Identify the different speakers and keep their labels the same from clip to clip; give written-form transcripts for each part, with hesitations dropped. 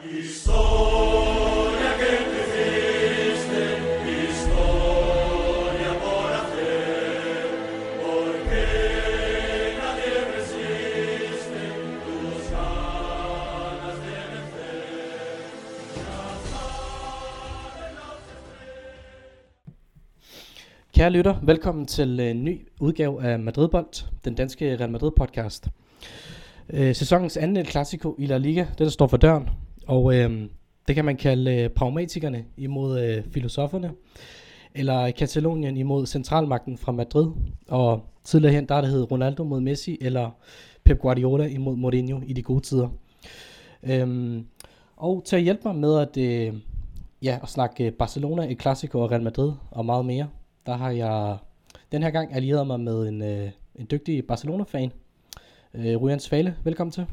Speaker 1: Historia que te hiciste, historia por hacer, porque nadie resiste tus ganas de vencer. Ya salen los
Speaker 2: Kære lytter, velkommen til en ny udgave af Madridbold, den danske Real Madrid podcast. Sæsonens anden El Clasico i La Liga, det der står for døren, og det kan man kalde pragmatikerne imod filosoferne, eller Katalonien imod centralmagten fra Madrid, og tidligere hen der det hed Ronaldo mod Messi, eller Pep Guardiola imod Mourinho i de gode tider. Og til at hjælpe mig med at snakke Barcelona, El Clasico og Real Madrid og meget mere, der har jeg den her gang allieret mig med en dygtig Barcelona-fan. Ryan Svale, velkommen til.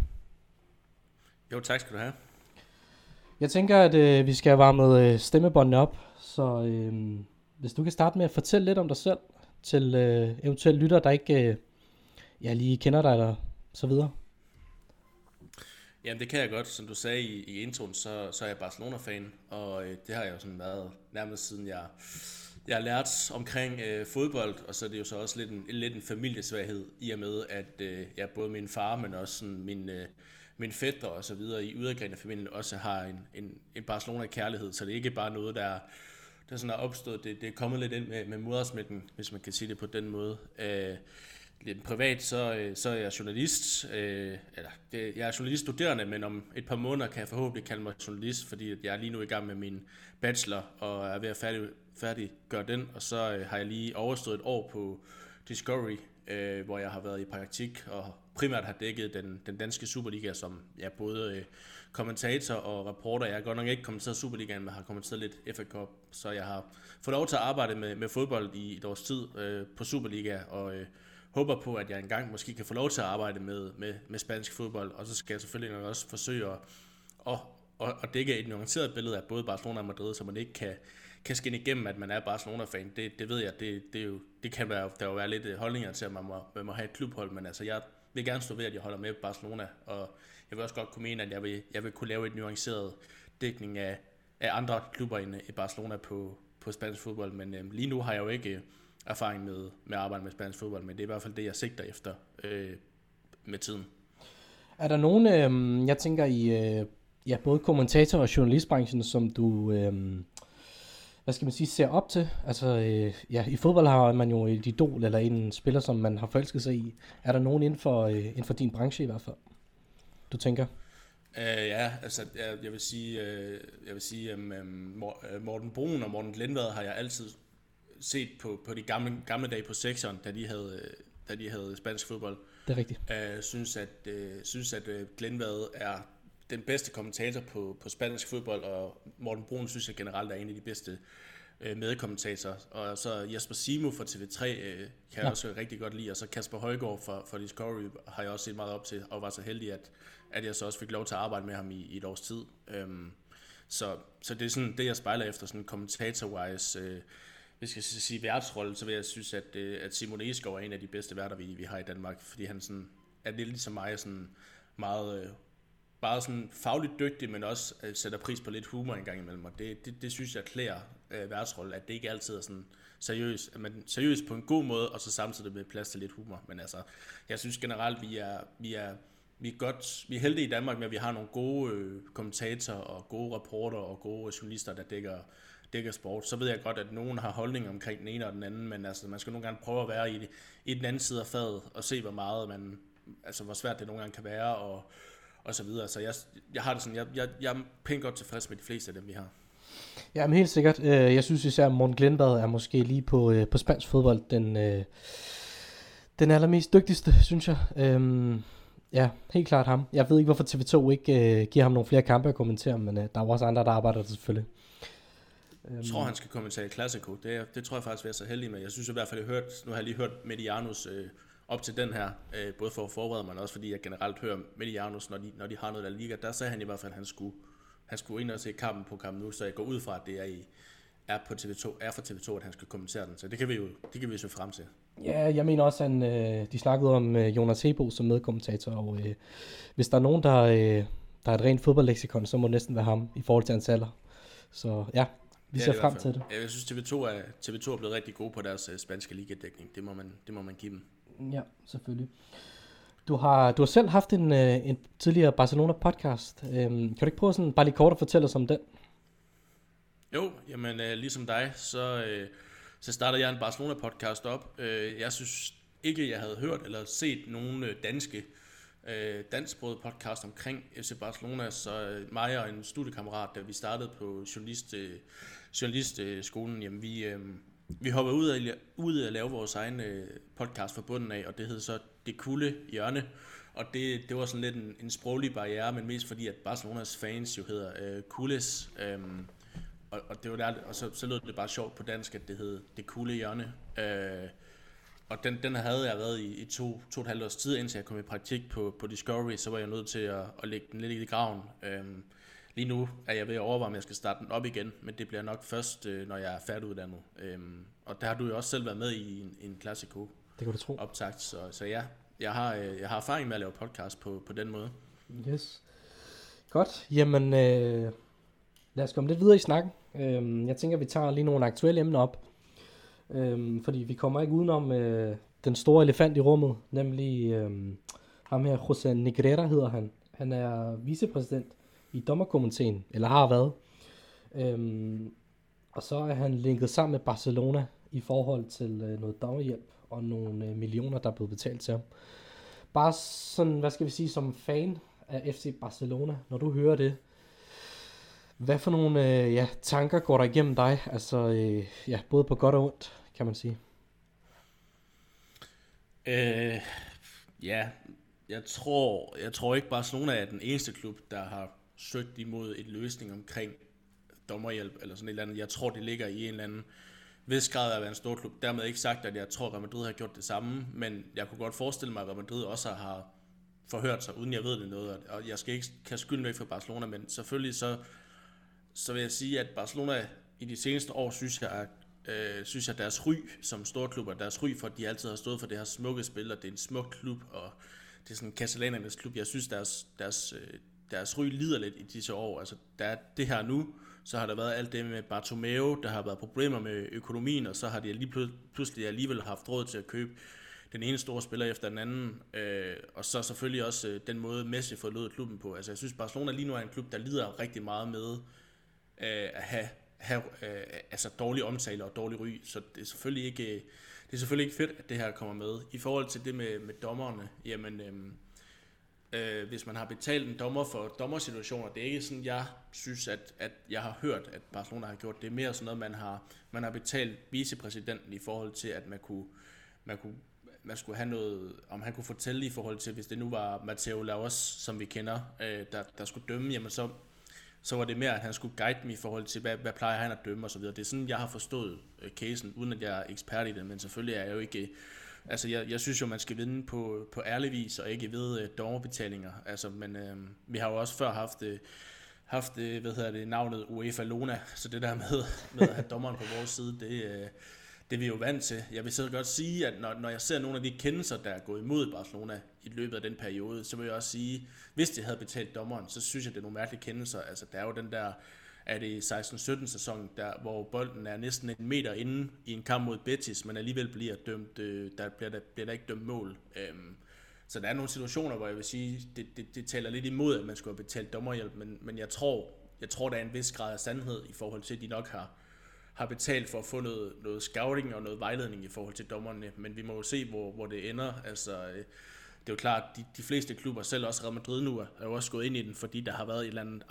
Speaker 3: Jo, tak skal du have.
Speaker 2: Jeg tænker, at vi skal varme stemmebåndene op, så hvis du kan starte med at fortælle lidt om dig selv, til eventuelt lyttere, der ikke lige kender dig eller så videre.
Speaker 3: Jamen det kan jeg godt. Som du sagde i introen, så er jeg Barcelona-fan, og det har jeg jo sådan været nærmest siden jeg har lært omkring fodbold, og så er det jo så også lidt en familiesvaghed, i og med, at både min far, men også sådan min fætter og så videre i ydergren af familien også har en Barcelona-kærlighed, så det er ikke bare noget, der sådan er opstået. Det er kommet lidt ind med modersmætten, hvis man kan sige det på den måde. Lidt privat, så er jeg journalist, jeg er journaliststuderende, men om et par måneder kan jeg forhåbentlig kalde mig journalist, fordi jeg er lige nu i gang med min bachelor, og er ved at færdiggøre den, og så har jeg lige overstået et år på Discovery, hvor jeg har været i praktik, og primært har dækket den danske Superliga, som jeg både kommentator og reporter. Jeg har godt nok ikke kommenteret Superligaen, men har kommenteret lidt FA Cup, så jeg har fået lov til at arbejde med fodbold i et års tid på Superliga, og håber på, at jeg engang måske kan få lov til at arbejde med spansk fodbold, og så skal jeg selvfølgelig nok også forsøge at dække et nuanceret billede af både Barcelona og Madrid, så man ikke kan skinne igennem, at man er Barcelona-fan. Det ved jeg, det kan være, der vil være lidt holdninger til, at man må have et klubhold, men altså jeg vil gerne stå ved, at jeg holder med Barcelona, og jeg vil også godt kunne mene, at jeg vil kunne lave et nuanceret dækning af andre klubber end Barcelona på spansk fodbold, men lige nu har jeg jo ikke erfaring med at arbejde med spansk fodbold, men det er i hvert fald det, jeg sigter efter med tiden.
Speaker 2: Er der nogen, jeg tænker i både kommentator- og journalistbranchen, som du, hvad skal man sige, ser op til? Altså, i fodbold har man jo et idol, eller en spiller, som man har forelsket sig i. Er der nogen inden for din branche i hvert fald, du tænker?
Speaker 3: Ja, altså jeg vil sige, Morten Brun og Morten Glindvad har jeg altid set på de gamle dage på sekseren, da de havde spansk fodbold.
Speaker 2: Det er rigtigt.
Speaker 3: Synes at Glindvad er den bedste kommentator på spansk fodbold, og Morten Brun synes jeg generelt er en af de bedste medkommentatorer. Og så Jesper Simo fra TV3 kan jeg også rigtig godt lide, og så Kasper Højgaard fra Discovery har jeg også set meget op til, og var så heldig, at jeg så også fik lov til at arbejde med ham i et års tid. Så det er sådan det, jeg spejler efter, sådan kommentator-wise. Hvis jeg skal sige værtsrolle, så vil jeg synes, at Simon Egeskov er en af de bedste værter, vi har i Danmark, fordi han sådan er lidt ligesom mig, sådan meget bare sådan fagligt dygtig, men også sætter pris på lidt humor en gang imellem, og det synes jeg klæder værtsrolle, at det ikke altid er sådan seriøs, at man seriøs på en god måde, og så samtidig med plads til lidt humor. Men altså, jeg synes generelt, vi er heldige i Danmark med, at vi har nogle gode kommentatorer og gode reporter og gode journalister, der dækker sport. Så ved jeg godt, at nogen har holdning omkring den ene og den anden, men altså, man skal nogle gange prøve at være i den anden side af fadet og se, hvor svært det nogle gange kan være, og så videre. Så jeg har det sådan, jeg er pænt godt tilfreds med de fleste af dem, vi har.
Speaker 2: Ja, men helt sikkert. Jeg synes især, at Morten Glindvad er måske lige på spansk fodbold den allermest dygtigste, synes jeg. Ja, helt klart ham. Jeg ved ikke, hvorfor TV2 ikke giver ham nogle flere kampe at kommentere, men der er også andre, der arbejder der selvfølgelig.
Speaker 3: Jeg tror, han skal kommentere Clasico. Det tror jeg faktisk, vi er så heldig med. Jeg synes i hvert fald, nu har jeg lige hørt Medianos op til den her, både for at forberede mig, men også fordi jeg generelt hører Medianos, når de har noget, der ligger. Der sagde han i hvert fald, at han skulle ind og se kampen på Camp Nou, så jeg går ud fra, at det er på TV2, er for TV2, at han skal kommentere den. Så det kan vi jo se frem til.
Speaker 2: Ja, jeg mener også, at de snakkede om Jonas Hebo som medkommentator, og hvis der er nogen, der er et rent fodboldleksikon, så må det næsten være ham i forhold til hans alder. Så ja, vi ser frem til det.
Speaker 3: Ja, jeg synes TV2 er blevet rigtig gode på deres spanske ligadækning. Det må man give dem.
Speaker 2: Ja, selvfølgelig. Du har selv haft en tidligere Barcelona podcast. Kan du ikke prøve sådan bare lige kort at fortælle os om den?
Speaker 3: Jo, jamen ligesom dig, så startede jeg en Barcelona podcast op. Jeg synes ikke, jeg havde hørt eller set nogen dansksproget podcast omkring FC Barcelona, så mig og en studiekammerat, da vi startede på journalistskolen, jamen vi hoppede ud at lave vores egen podcast fra bunden af, og det hed så Det Kulde Hjørne, og det var sådan lidt en sproglig barriere, men mest fordi, at Barcelonas fans jo hedder Kuldes, og det var der, og så lød det bare sjovt på dansk, at det hed Det Kulde Hjørne, og den havde jeg været i 2,5 års tid, indtil jeg kom i praktik på Discovery, så var jeg nødt til at lægge den lidt i graven. Lige nu er jeg ved at overveje, om jeg skal starte den op igen, men det bliver nok først, når jeg er færdiguddannet. Og der har du jo også selv været med i en Classico.
Speaker 2: Det kan du tro.
Speaker 3: Optakt, så ja, jeg har erfaring med at lave podcast på den måde.
Speaker 2: Yes. Godt, jamen lad os komme lidt videre i snakken. Jeg tænker, vi tager lige nogle aktuelle emner op. Fordi vi kommer ikke udenom den store elefant i rummet, nemlig ham her, José Negreira hedder han. Han er vicepræsident i dommerkomiteen, eller har været. Og så er han linket sammen med Barcelona i forhold til noget dommerhjælp og nogle millioner, der er blevet betalt til ham. Bare sådan, hvad skal vi sige, som fan af FC Barcelona, når du hører det, hvad for nogle tanker går der igennem dig? Altså, både på godt og ondt, kan man sige.
Speaker 3: Ja, jeg tror ikke Barcelona er den eneste klub, der har søgt imod en løsning omkring dommerhjælp eller sådan et eller andet. Jeg tror, det ligger i en eller anden vis grad af at være en stor klub. Dermed ikke sagt, at jeg tror, at Real Madrid har gjort det samme, men jeg kunne godt forestille mig, at Real Madrid også har forhørt sig, uden jeg ved det noget. Og jeg skal ikke kaste skylden væk for Barcelona, men selvfølgelig så vil jeg sige, at Barcelona i de seneste år, synes jeg deres ry som storklubber, deres ry for, at de altid har stået for det her smukke spil, og det er en smuk klub, og det er sådan katalanernes klub. Jeg synes, deres ry lider lidt i disse år. Altså, der er det her nu, så har der været alt det med Bartomeu, der har været problemer med økonomien, og så har de lige pludselig alligevel haft råd til at købe den ene store spiller efter den anden, og så selvfølgelig også den måde Messi forlod klubben på. Altså, jeg synes, Barcelona lige nu er en klub, der lider rigtig meget med at have dårlig omtale og dårlig ry, så det er selvfølgelig ikke fedt, at det her kommer med. I forhold til det med dommerne, jamen hvis man har betalt en dommer for dommersituationer, det er ikke sådan, jeg synes, at jeg har hørt, at Barcelona har gjort. Det er mere sådan noget, man har betalt vicepræsidenten i forhold til, at man skulle have noget, om han kunne fortælle i forhold til, hvis det nu var Mateo Laos, som vi kender, der skulle dømme, jamen så var det mere, at han skulle guide dem i forhold til, hvad plejer han at dømme og så videre. Det er sådan, jeg har forstået casen, uden at jeg er ekspert i det, men selvfølgelig er jeg jo ikke. Altså, jeg synes jo, man skal vinde på ærlig vis, og ikke ved dommerbetalinger. Altså, men vi har jo også før haft navnet UEFA Lona, så det der med at have dommeren på vores side, det er vi jo vant til. Jeg vil så godt sige, at når jeg ser nogle af de kendelser, der er gået imod Barcelona i løbet af den periode, så vil jeg også sige, hvis de havde betalt dommeren, så synes jeg, det er nogle mærkelige kendelser. Altså, der er jo den der, er det 16-17 sæson, hvor bolden er næsten en meter inde i en kamp mod Betis, men alligevel bliver dømt, der bliver ikke dømt mål. Så der er nogle situationer, hvor jeg vil sige, det taler lidt imod, at man skulle have betalt dommerhjælp, men jeg tror, der er en vis grad af sandhed i forhold til, at de nok har betalt for at få noget scouting og noget vejledning i forhold til dommerne, men vi må jo se, hvor det ender. Altså, det er jo klart, de fleste klubber, selv også Real Madrid nu, er jo også gået ind i den, fordi der har været et eller andet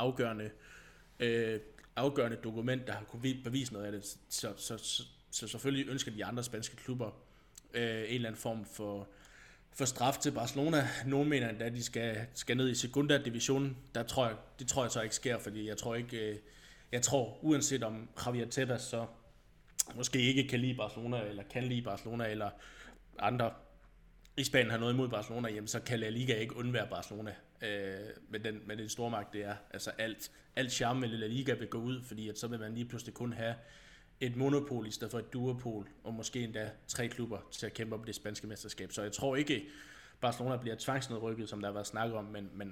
Speaker 3: afgørende dokument, der har kunne bevise noget af det. Så selvfølgelig ønsker de andre spanske klubber en eller anden form for straf til Barcelona. Nogle mener endda, at de skal ned i Segunda Division. Det tror jeg så ikke sker, fordi jeg tror uanset om Javier Tebas så måske ikke kan lide Barcelona, eller andre i Spanien har noget imod Barcelona, jamen så kan La Liga ikke undvære Barcelona med den stormagt det er. Altså alt charme med La Liga vil gå ud, fordi at så vil man lige pludselig kun have et monopol i stedet for et duopol, og måske endda 3 klubber til at kæmpe om det spanske mesterskab. Så jeg tror ikke, Barcelona bliver tvangsnedrykket, som der har været snakket om, men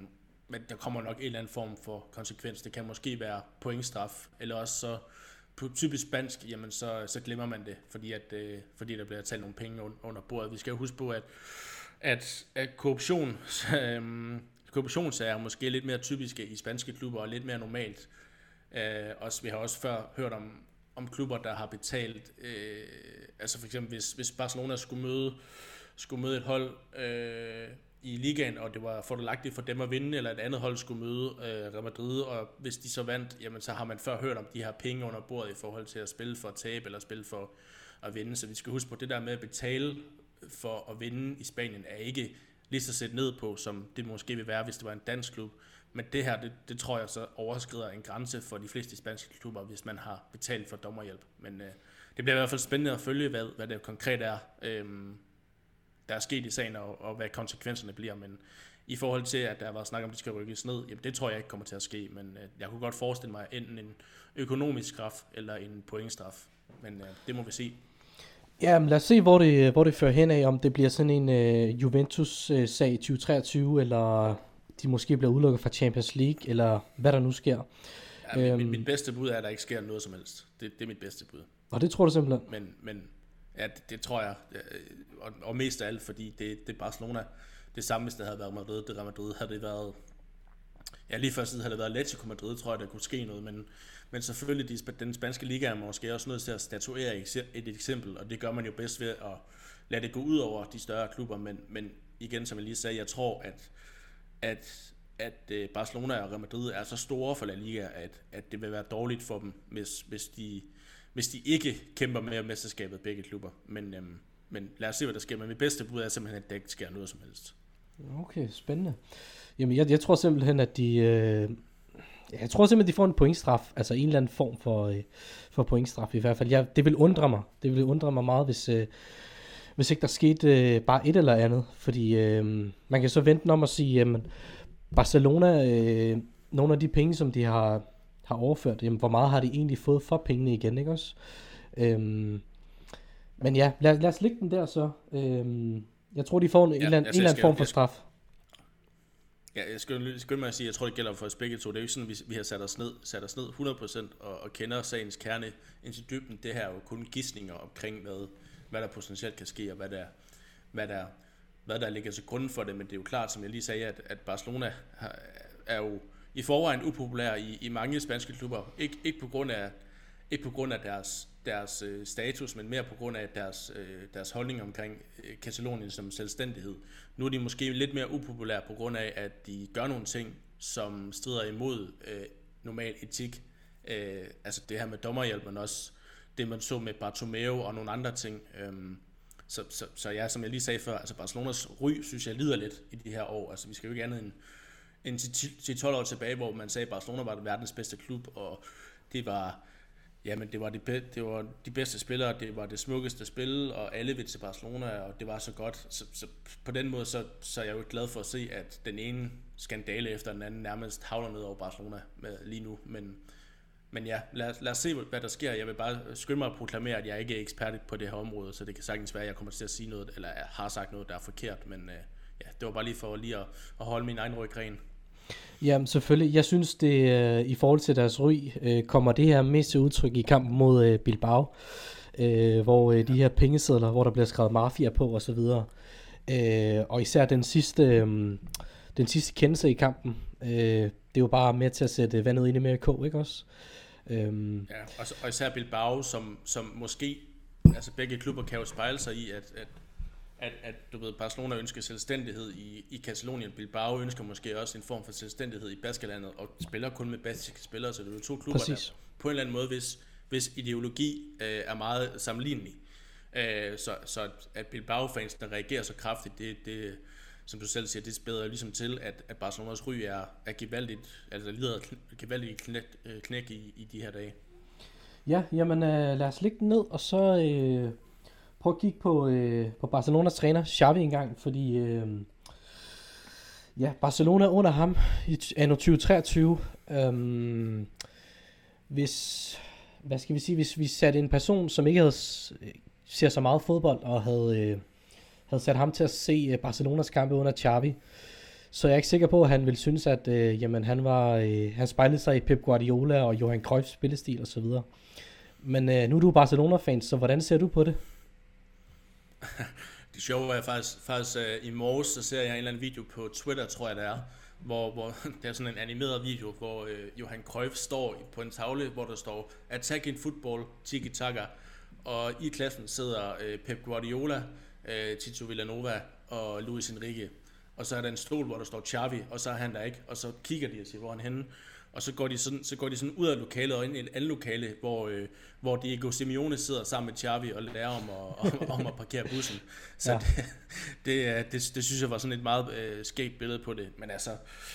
Speaker 3: men der kommer nok en eller anden form for konsekvens. Det kan måske være pointstraf, eller også så på typisk spansk, jamen så glemmer man det, fordi der bliver talt nogle penge under bordet. Vi skal jo huske på, at korruptionssager er måske lidt mere typiske i spanske klubber, og lidt mere normalt. Vi har også før hørt om klubber, der har betalt, altså for eksempel hvis Barcelona skulle møde et hold i ligaen, og det var fordelagtigt for dem at vinde, eller et andet hold skulle møde Real Madrid, og hvis de så vandt, jamen så har man før hørt om de her penge under bordet i forhold til at spille for at tabe, eller spille for at vinde. Så vi skal huske på, det der med at betale for at vinde i Spanien, er ikke lige så sæt ned på, som det måske vil være, hvis det var en dansk klub. Men det her, det tror jeg så overskrider en grænse for de fleste spanske klubber, hvis man har betalt for dommerhjælp. Men det bliver i hvert fald spændende at følge, hvad det konkret er, der er sket i sagen, og hvad konsekvenserne bliver. Men i forhold til, at der har været snak om, at de skal rykkes ned, jamen det tror jeg ikke kommer til at ske. Men jeg kunne godt forestille mig enten en økonomisk straf eller en pointstraf. Men det må vi se.
Speaker 2: Ja, men lad os se, hvor det fører hen af, om det bliver sådan en Juventus-sag 2023, eller de måske bliver udelukket fra Champions League, eller hvad der nu sker.
Speaker 3: Ja, mit bedste bud er, at der ikke sker noget som helst. Det er mit bedste bud.
Speaker 2: Og det tror du simpelthen?
Speaker 3: Men ja, det tror jeg. Og mest af alt, fordi det er Barcelona. Det samme, hvis det havde været Madrid. Det Real Madrid havde det været... Ja, lige før siden havde det været Atletico Madrid, tror jeg, der kunne ske noget. Men selvfølgelig, den spanske liga er måske også nødt til at statuere et eksempel, og det gør man jo bedst ved at lade det gå ud over de større klubber. Men igen, som jeg lige sagde, jeg tror, at Barcelona og Real Madrid er så store for La Liga, at det vil være dårligt for dem, hvis de ikke kæmper med mesterskabet, begge klubber. Men lad os se, hvad der sker. Men mit bedste bud er simpelthen, at der ikke sker noget som helst.
Speaker 2: Okay, spændende. Jamen, jeg tror simpelthen, at jeg tror simpelthen, de får en pointstraf, altså en eller anden form for pointstraf i hvert fald. Det vil undre mig. Det vil undre mig meget, hvis ikke der skete bare et eller andet. Fordi man kan så vente om at sige, jamen, Barcelona, nogle af de penge, som de har overført, jamen, hvor meget har de egentlig fået for pengene igen, ikke også? Men ja, lad os lægge den der så. Jeg tror, de får en eller anden form for straf.
Speaker 3: Ja, jeg skal mig at sige, jeg tror, det gælder for os begge to. Det er jo ikke sådan, vi har sat os ned 100% og kender sagens kerne indtil dybden. Det her er jo kun gidsninger omkring, hvad der potentielt kan ske, og hvad der ligger til grund for det. Men det er jo klart, som jeg lige sagde, at Barcelona er jo i forvejen upopulær i mange spanske klubber. Ikke på grund af deres status, men mere på grund af deres holdning omkring Katalonien som selvstændighed. Nu er de måske lidt mere upopulære på grund af, at de gør nogle ting, som strider imod normal etik. Altså det her med dommerhjælp, men også det, man så med Bartomeu og nogle andre ting. Så ja, som jeg lige sagde før, altså Barcelonas ry, synes jeg, lider lidt i de her år. Altså vi skal jo ikke andet end 10-12 år tilbage, hvor man sagde, at Barcelona var verdens bedste klub, og det var de bedste spillere, det var det smukkeste spil, og alle ville til Barcelona, og det var så godt. Så på den måde, så er jeg jo glad for at se, at den ene skandale efter den anden nærmest havler ned over Barcelona lige nu. Men ja, lad os se, hvad der sker. Jeg vil bare skynde mig at proklamere, at jeg ikke er ekspert på det her område, så det kan sagtens være, at jeg kommer til at sige noget, eller jeg har sagt noget, der er forkert. Men ja, det var bare lige for at holde min egen ryg ren.
Speaker 2: Jamen selvfølgelig, jeg synes det i forhold til deres ry kommer det her mest til udtryk i kampen mod Bilbao, hvor de her pengesedler, hvor der bliver skrevet mafia på og så videre, og især den sidste kendelse i kampen, det er jo bare med til at sætte vandet ind i mere kog, ikke også?
Speaker 3: Ja, og især Bilbao, som måske, altså begge klubber kan jo spejle sig i, at du ved, Barcelona ønsker selvstændighed i Katalonien. Bilbao ønsker måske også en form for selvstændighed i Baskerlandet, og spiller kun med baskiske spillere, så det er jo to klubber, præcis, der på en eller anden måde, hvis ideologi er meget sammenlignelig. Så at Bilbao-fansene reagerer så kraftigt, det som du selv siger, det spæder ligesom til, at Barcelonas ry er gevaldigt, altså lider gevaldigt knæk i de her dage.
Speaker 2: Ja, jamen lad os lægge den ned, og så prøv at kigge på Barcelonas træner, Xavi engang, fordi ja, Barcelona under ham i anno 2023, hvis vi satte en person, som ikke ser så meget fodbold, og havde sat ham til at se Barcelonas kampe under Xavi, Så jeg er ikke sikker på, at han ville synes, at jamen, han spejlede sig i Pep Guardiola og Johan Cruyffs spillestil osv. Men nu er du Barcelona-fan, så hvordan ser du på det?
Speaker 3: Det sjove er faktisk i morges, så ser jeg en eller anden video på Twitter, tror jeg det er, hvor der er sådan en animeret video, hvor Johan Cruyff står på en tavle, hvor der står Attacking Football, Tiki-Taka, og i klassen sidder Pep Guardiola, Tito Villanova og Luis Enrique. Og så er der en stol, hvor der står Xavi, og så er han der ikke, og så kigger de og siger, hvor er han henne? Og så går de sådan ud af lokalet og ind i et andet lokale, hvor Diego Simeone sidder sammen med Xavi og lærer om at parkere bussen. Så ja. det synes jeg var sådan et meget skægt billede på det. Men altså,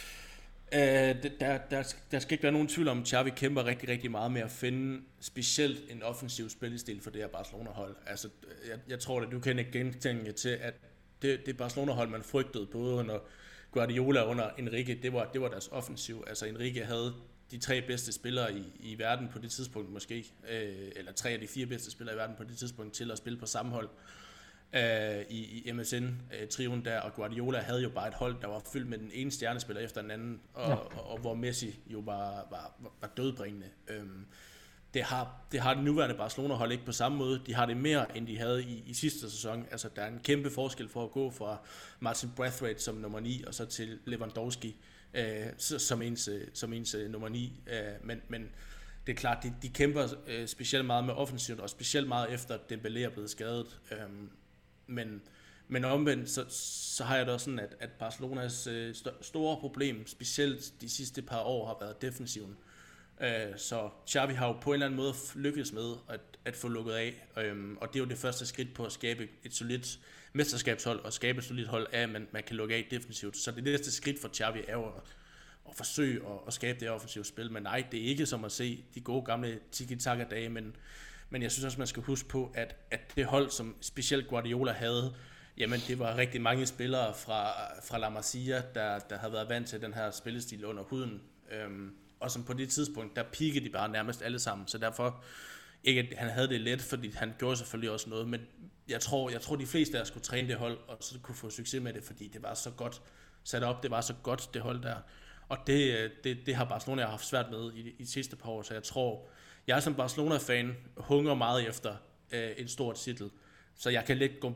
Speaker 3: der skal ikke være nogen tvivl om, at Xavi kæmper rigtig, rigtig meget med at finde specielt en offensiv spillestil for det her Barcelona-hold. Altså, jeg tror, at du kan ikke gentænke til, at det Barcelona-hold, man frygtede både under Guardiola og under Enrique, det var deres offensiv. Altså Enrique havde de 3 bedste spillere i verden på det tidspunkt måske, eller 3 af de 4 bedste spillere i verden på det tidspunkt til at spille på samme hold i MSN-trioen der, og Guardiola havde jo bare et hold, der var fyldt med den ene stjernespiller efter den anden, og hvor Messi jo var dødbringende. Det har det nuværende Barcelona-hold ikke på samme måde. De har det mere, end de havde i sidste sæson. Altså, der er en kæmpe forskel for at gå fra Martin Braithwaite som nummer 9, og så til Lewandowski som ens nummer 9. Men det er klart, de kæmper specielt meget med offensivt, og specielt meget efter, at Dembélé er blevet skadet. Men omvendt, så har jeg da også sådan, at Barcelonas store problem, specielt de sidste par år, har været defensiven. Så Xavi har jo på en eller anden måde lykkedes med at få lukket af, og det er jo det første skridt på at skabe et solidt mesterskabshold og skabe et solidt hold af, at man kan lukke af defensivt. Så det næste skridt for Xavi er jo at forsøge at skabe det offensive spil, men nej, det er ikke som at se de gode gamle tiki-taka-dage, men jeg synes også, man skal huske på, at det hold, som specielt Guardiola havde, jamen det var rigtig mange spillere fra La Masia, der havde været vant til den her spillestil under huden, og som på det tidspunkt, der peakede de bare nærmest alle sammen, så derfor ikke, at han havde det let, fordi han gjorde selvfølgelig også noget, men jeg tror de fleste af os skulle træne det hold, og så kunne få succes med det, fordi det var så godt sat op, det var så godt det hold der, og det har Barcelona haft svært med i de sidste par år, så jeg tror, jeg som Barcelona-fan hungrer meget efter en stor titel, så jeg kan lidt gå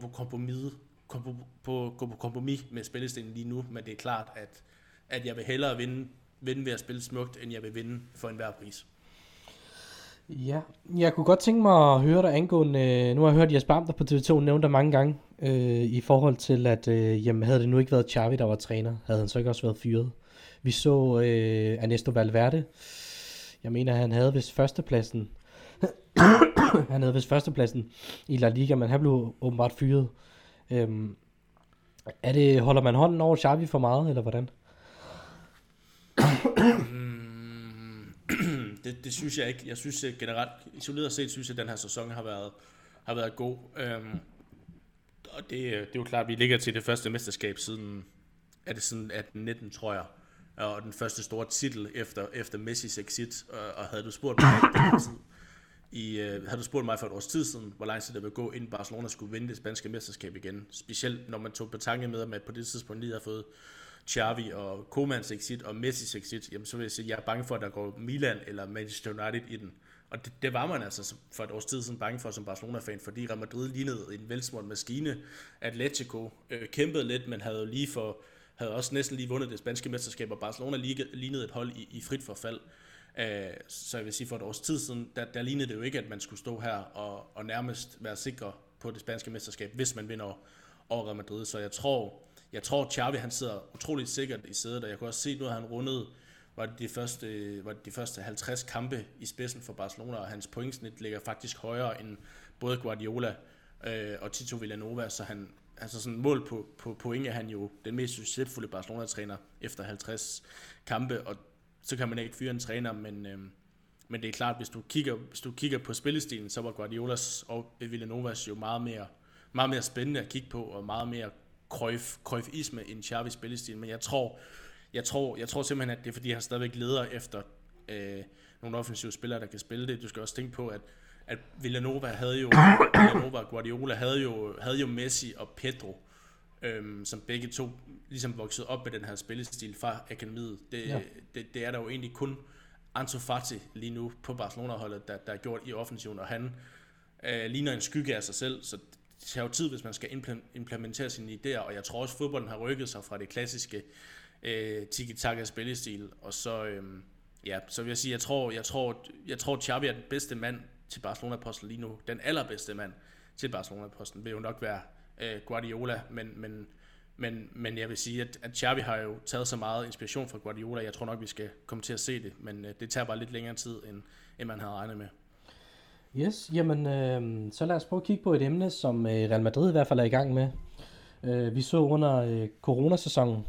Speaker 3: på kompromis med spillestilen lige nu, men det er klart, at jeg vil hellere vinde ved at spille smukt, end jeg vil vinde for enhver pris.
Speaker 2: Ja, jeg kunne godt tænke mig at høre dig angående, nu har jeg hørt Jesper Amter på TV2 nævnt dig mange gange, i forhold til, at jamen, havde det nu ikke været Xavi, der var træner, havde han så ikke også været fyret. Vi så Ernesto Valverde, jeg mener, han havde vist førstepladsen, i La Liga, men han blev åbenbart fyret. Holder man hånden over Xavi for meget, eller hvordan?
Speaker 3: Det synes jeg ikke. Jeg synes generelt, isoleret set, synes jeg, at den her sæson har været god. Og det er jo klart, at vi ligger til det første mesterskab siden 18-19, tror jeg. Og den første store titel efter Messis exit. Og havde du spurgt mig for et års tid siden, hvor lang tid det ville gå, inden Barcelona skulle vinde det spanske mesterskab igen. Specielt når man tog betanke med, at på det tidspunkt lige havde fået Xavi og Komans exit og Messis exit, jamen så vil jeg sige, at jeg er bange for, at der går Milan eller Manchester United i den. Og det var man altså for et års tid siden bange for som Barcelona-fan, fordi Real Madrid lignede en velsmurt maskine. Atletico kæmpede lidt, men havde også næsten lige vundet det spanske mesterskab, og Barcelona lignede et hold i frit forfald. Så jeg vil sige, for et års tid siden, der lignede det jo ikke, at man skulle stå her og nærmest være sikker på det spanske mesterskab, hvis man vinder over Real Madrid. Så jeg tror Xavi, han sidder utroligt sikkert i sædet, og jeg kunne også se, at han rundede, var det de første 50 kampe i spidsen for Barcelona, og hans pointsnit ligger faktisk højere end både Guardiola og Tito Villanova, så han, altså sådan mål på point er han jo den mest succesfulde Barcelona-træner efter 50 kampe, og så kan man ikke fyre en træner, men det er klart, hvis du kigger på spillestilen, så var Guardiolas og Villanovas jo meget mere spændende at kigge på, og meget mere Cruyffisme end Xavis spillestil, men jeg tror simpelthen, at det er fordi, han stadigvæk leder efter nogle offensive spillere, der kan spille det. Du skal også tænke på, at Villanova og Guardiola havde jo Messi og Pedro som begge to ligesom voksede op med den her spillestil fra akademiet. Det er der jo egentlig kun Ansu Fati lige nu på Barcelona-holdet, der er gjort i offensiven, og han ligner en skygge af sig selv, så det tager jo tid, hvis man skal implementere sine idéer, og jeg tror også, at fodbolden har rykket sig fra det klassiske tiki-taka spillestil, og så, så vil jeg sige, jeg tror Xavi er den bedste mand til Barcelona-posten lige nu. Den allerbedste mand til Barcelona-posten vil jo nok være Guardiola, men jeg vil sige, at Xavi har jo taget så meget inspiration fra Guardiola, jeg tror nok, vi skal komme til at se det, men det tager bare lidt længere tid, end man havde regnet med.
Speaker 2: Yes, jamen så lad os prøve at kigge på et emne, som Real Madrid i hvert fald er i gang med. Vi så under coronasæsonen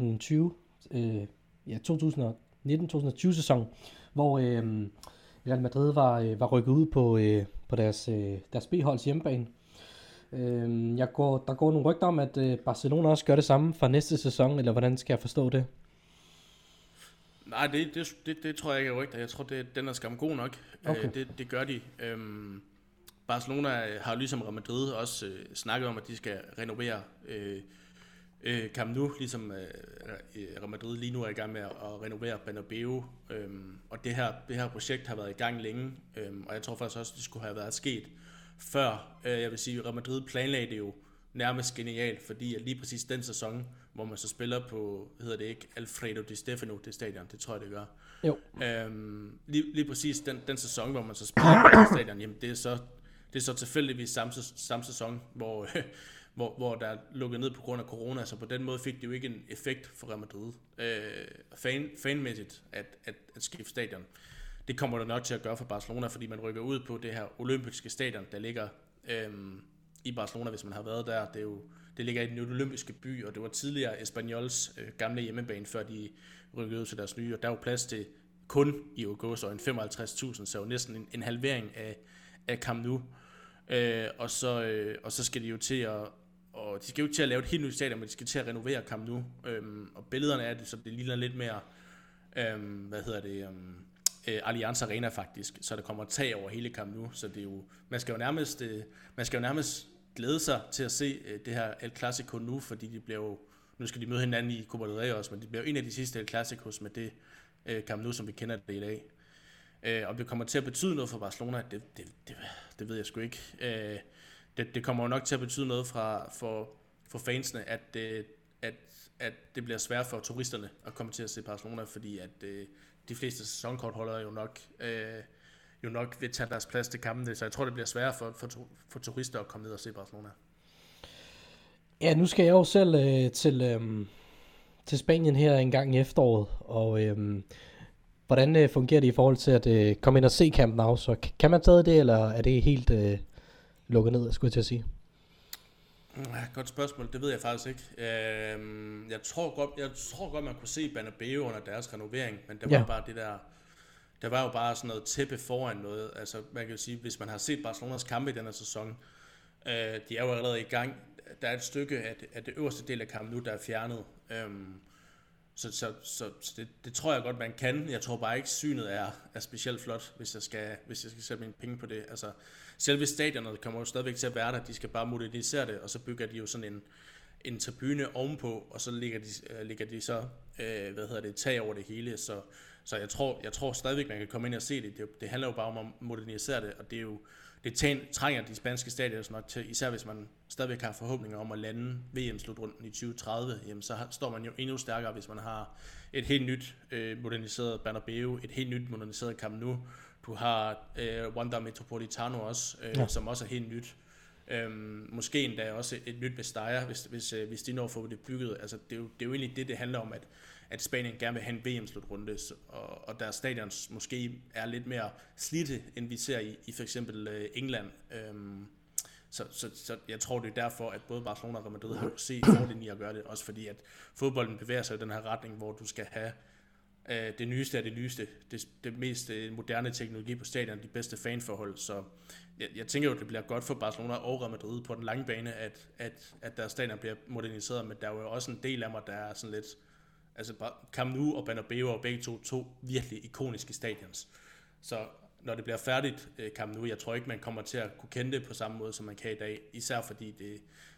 Speaker 2: 2019-2020 sæson, hvor Real Madrid var rykket ud på deres B-holds hjemmebane. Der går nogle rygter om, at Barcelona også gør det samme for næste sæson, eller hvordan skal jeg forstå det?
Speaker 3: Nej, det tror jeg ikke er rygter. Jeg tror, den er skam god nok. Okay. Det gør de. Barcelona har ligesom Real Madrid også snakket om, at de skal renovere Camp Nou, ligesom Real Madrid lige nu er i gang med at renovere Bernabeu. Og det her projekt har været i gang længe, og jeg tror faktisk også, at det skulle have været sket før. Jeg vil sige, at Real Madrid planlagde det jo nærmest genialt, fordi at lige præcis den sæson, hvor man så spiller på, hedder det ikke, Alfredo Di Stefano, det stadion, det tror jeg, det gør.
Speaker 2: Jo.
Speaker 3: Lige præcis den sæson, hvor man så spiller på det stadion, jamen det er så tilfældigvis samme sæson, hvor der er lukket ned på grund af corona, så på den måde fik det jo ikke en effekt for Real Madrid. Fanmæssigt at skifte stadion. Det kommer det nok til at gøre for Barcelona, fordi man rykker ud på det her olympiske stadion, der ligger i Barcelona, hvis man har været der. Det ligger i den olympiske by, og det var tidligere Espanyols gamle hjemmebane, før de rykkede ud til deres nye, og der var plads til kun i gåseøjne 55.000, så jo næsten en halvering af Camp Nou. Og så skal de jo til at lave et helt nyt stadion, men de skal til at renovere Camp Nou. Og billederne er det, så det ligner lidt mere Allianz Arena faktisk, så der kommer tag over hele Camp Nou, så det er jo man skal jo nærmest glæde sig til at se det her El Clasico nu, fordi nu skal de møde hinanden i Copa del Rey også, men det bliver jo en af de sidste El Clasicos med det Camp Nou, som vi kender det i dag. Og det kommer til at betyde noget for Barcelona, det ved jeg sgu ikke. Det kommer jo nok til at betyde noget for fansene, at det bliver svært for turisterne at komme til at se Barcelona, fordi at de fleste sæsonkortholdere jo nok vil tage deres plads til kampene, så jeg tror, det bliver sværere for turister at komme ned og se Barcelona.
Speaker 2: Ja, nu skal jeg jo selv til Spanien her en gang i efteråret, og hvordan fungerer det i forhold til at komme ind og se Camp Nou? Så kan man stadig det, eller er det helt lukket ned, skulle jeg til at sige?
Speaker 3: Ja, godt spørgsmål, det ved jeg faktisk ikke. Jeg tror godt, man kunne se Bernabeu under deres renovering, men der var bare det der. Der var jo bare sådan noget tæppe foran noget. Altså, man kan jo sige, hvis man har set Barcelonas kampe i denne sæson, de er jo allerede i gang. Der er et stykke af det øverste del af kampen nu, der er fjernet. Så det tror jeg godt, man kan. Jeg tror bare ikke, synet er specielt flot, hvis jeg skal sætte mine penge på det. Altså, selve stadionet kommer jo stadigvæk til at være der. De skal bare modernisere det, og så bygger de jo sådan en tribune ovenpå, og så ligger de så tag over det hele. Så jeg tror stadigvæk, man kan komme ind og se det. Det handler jo bare om at modernisere det, og det trænger de spanske stadioner nok til, især hvis man stadigvæk har forhåbninger om at lande VM-slutrunden i 2030, jamen så står man jo endnu stærkere, hvis man har et helt nyt moderniseret Bernabeu, et helt nyt moderniseret Camp Nou. Du har Wanda Metropolitano også, som også er helt nyt. Måske endda også et nyt Mestalla, hvis de når at få det bygget. Altså, det er jo egentlig det handler om, at Spanien gerne vil have en VM-slutrunde, og deres stadions måske er lidt mere slidte, end vi ser i for eksempel England. Så jeg tror, det er derfor, at både Barcelona og Real Madrid har set fordelen i at gøre det, også fordi at fodbolden bevæger sig i den her retning, hvor du skal have det nyeste af det nyeste, det mest moderne teknologi på stadion, de bedste fanforhold. Så jeg tænker jo, at det bliver godt for Barcelona og Real Madrid på den lange bane, at deres stadion bliver moderniseret, men der er jo også en del af mig, der er sådan lidt. Altså Camp Nou og Bernabeu er begge to virkelig ikoniske stadions. Så når det bliver færdigt Camp Nou, jeg tror ikke, man kommer til at kunne kende det på samme måde, som man kan i dag. Især fordi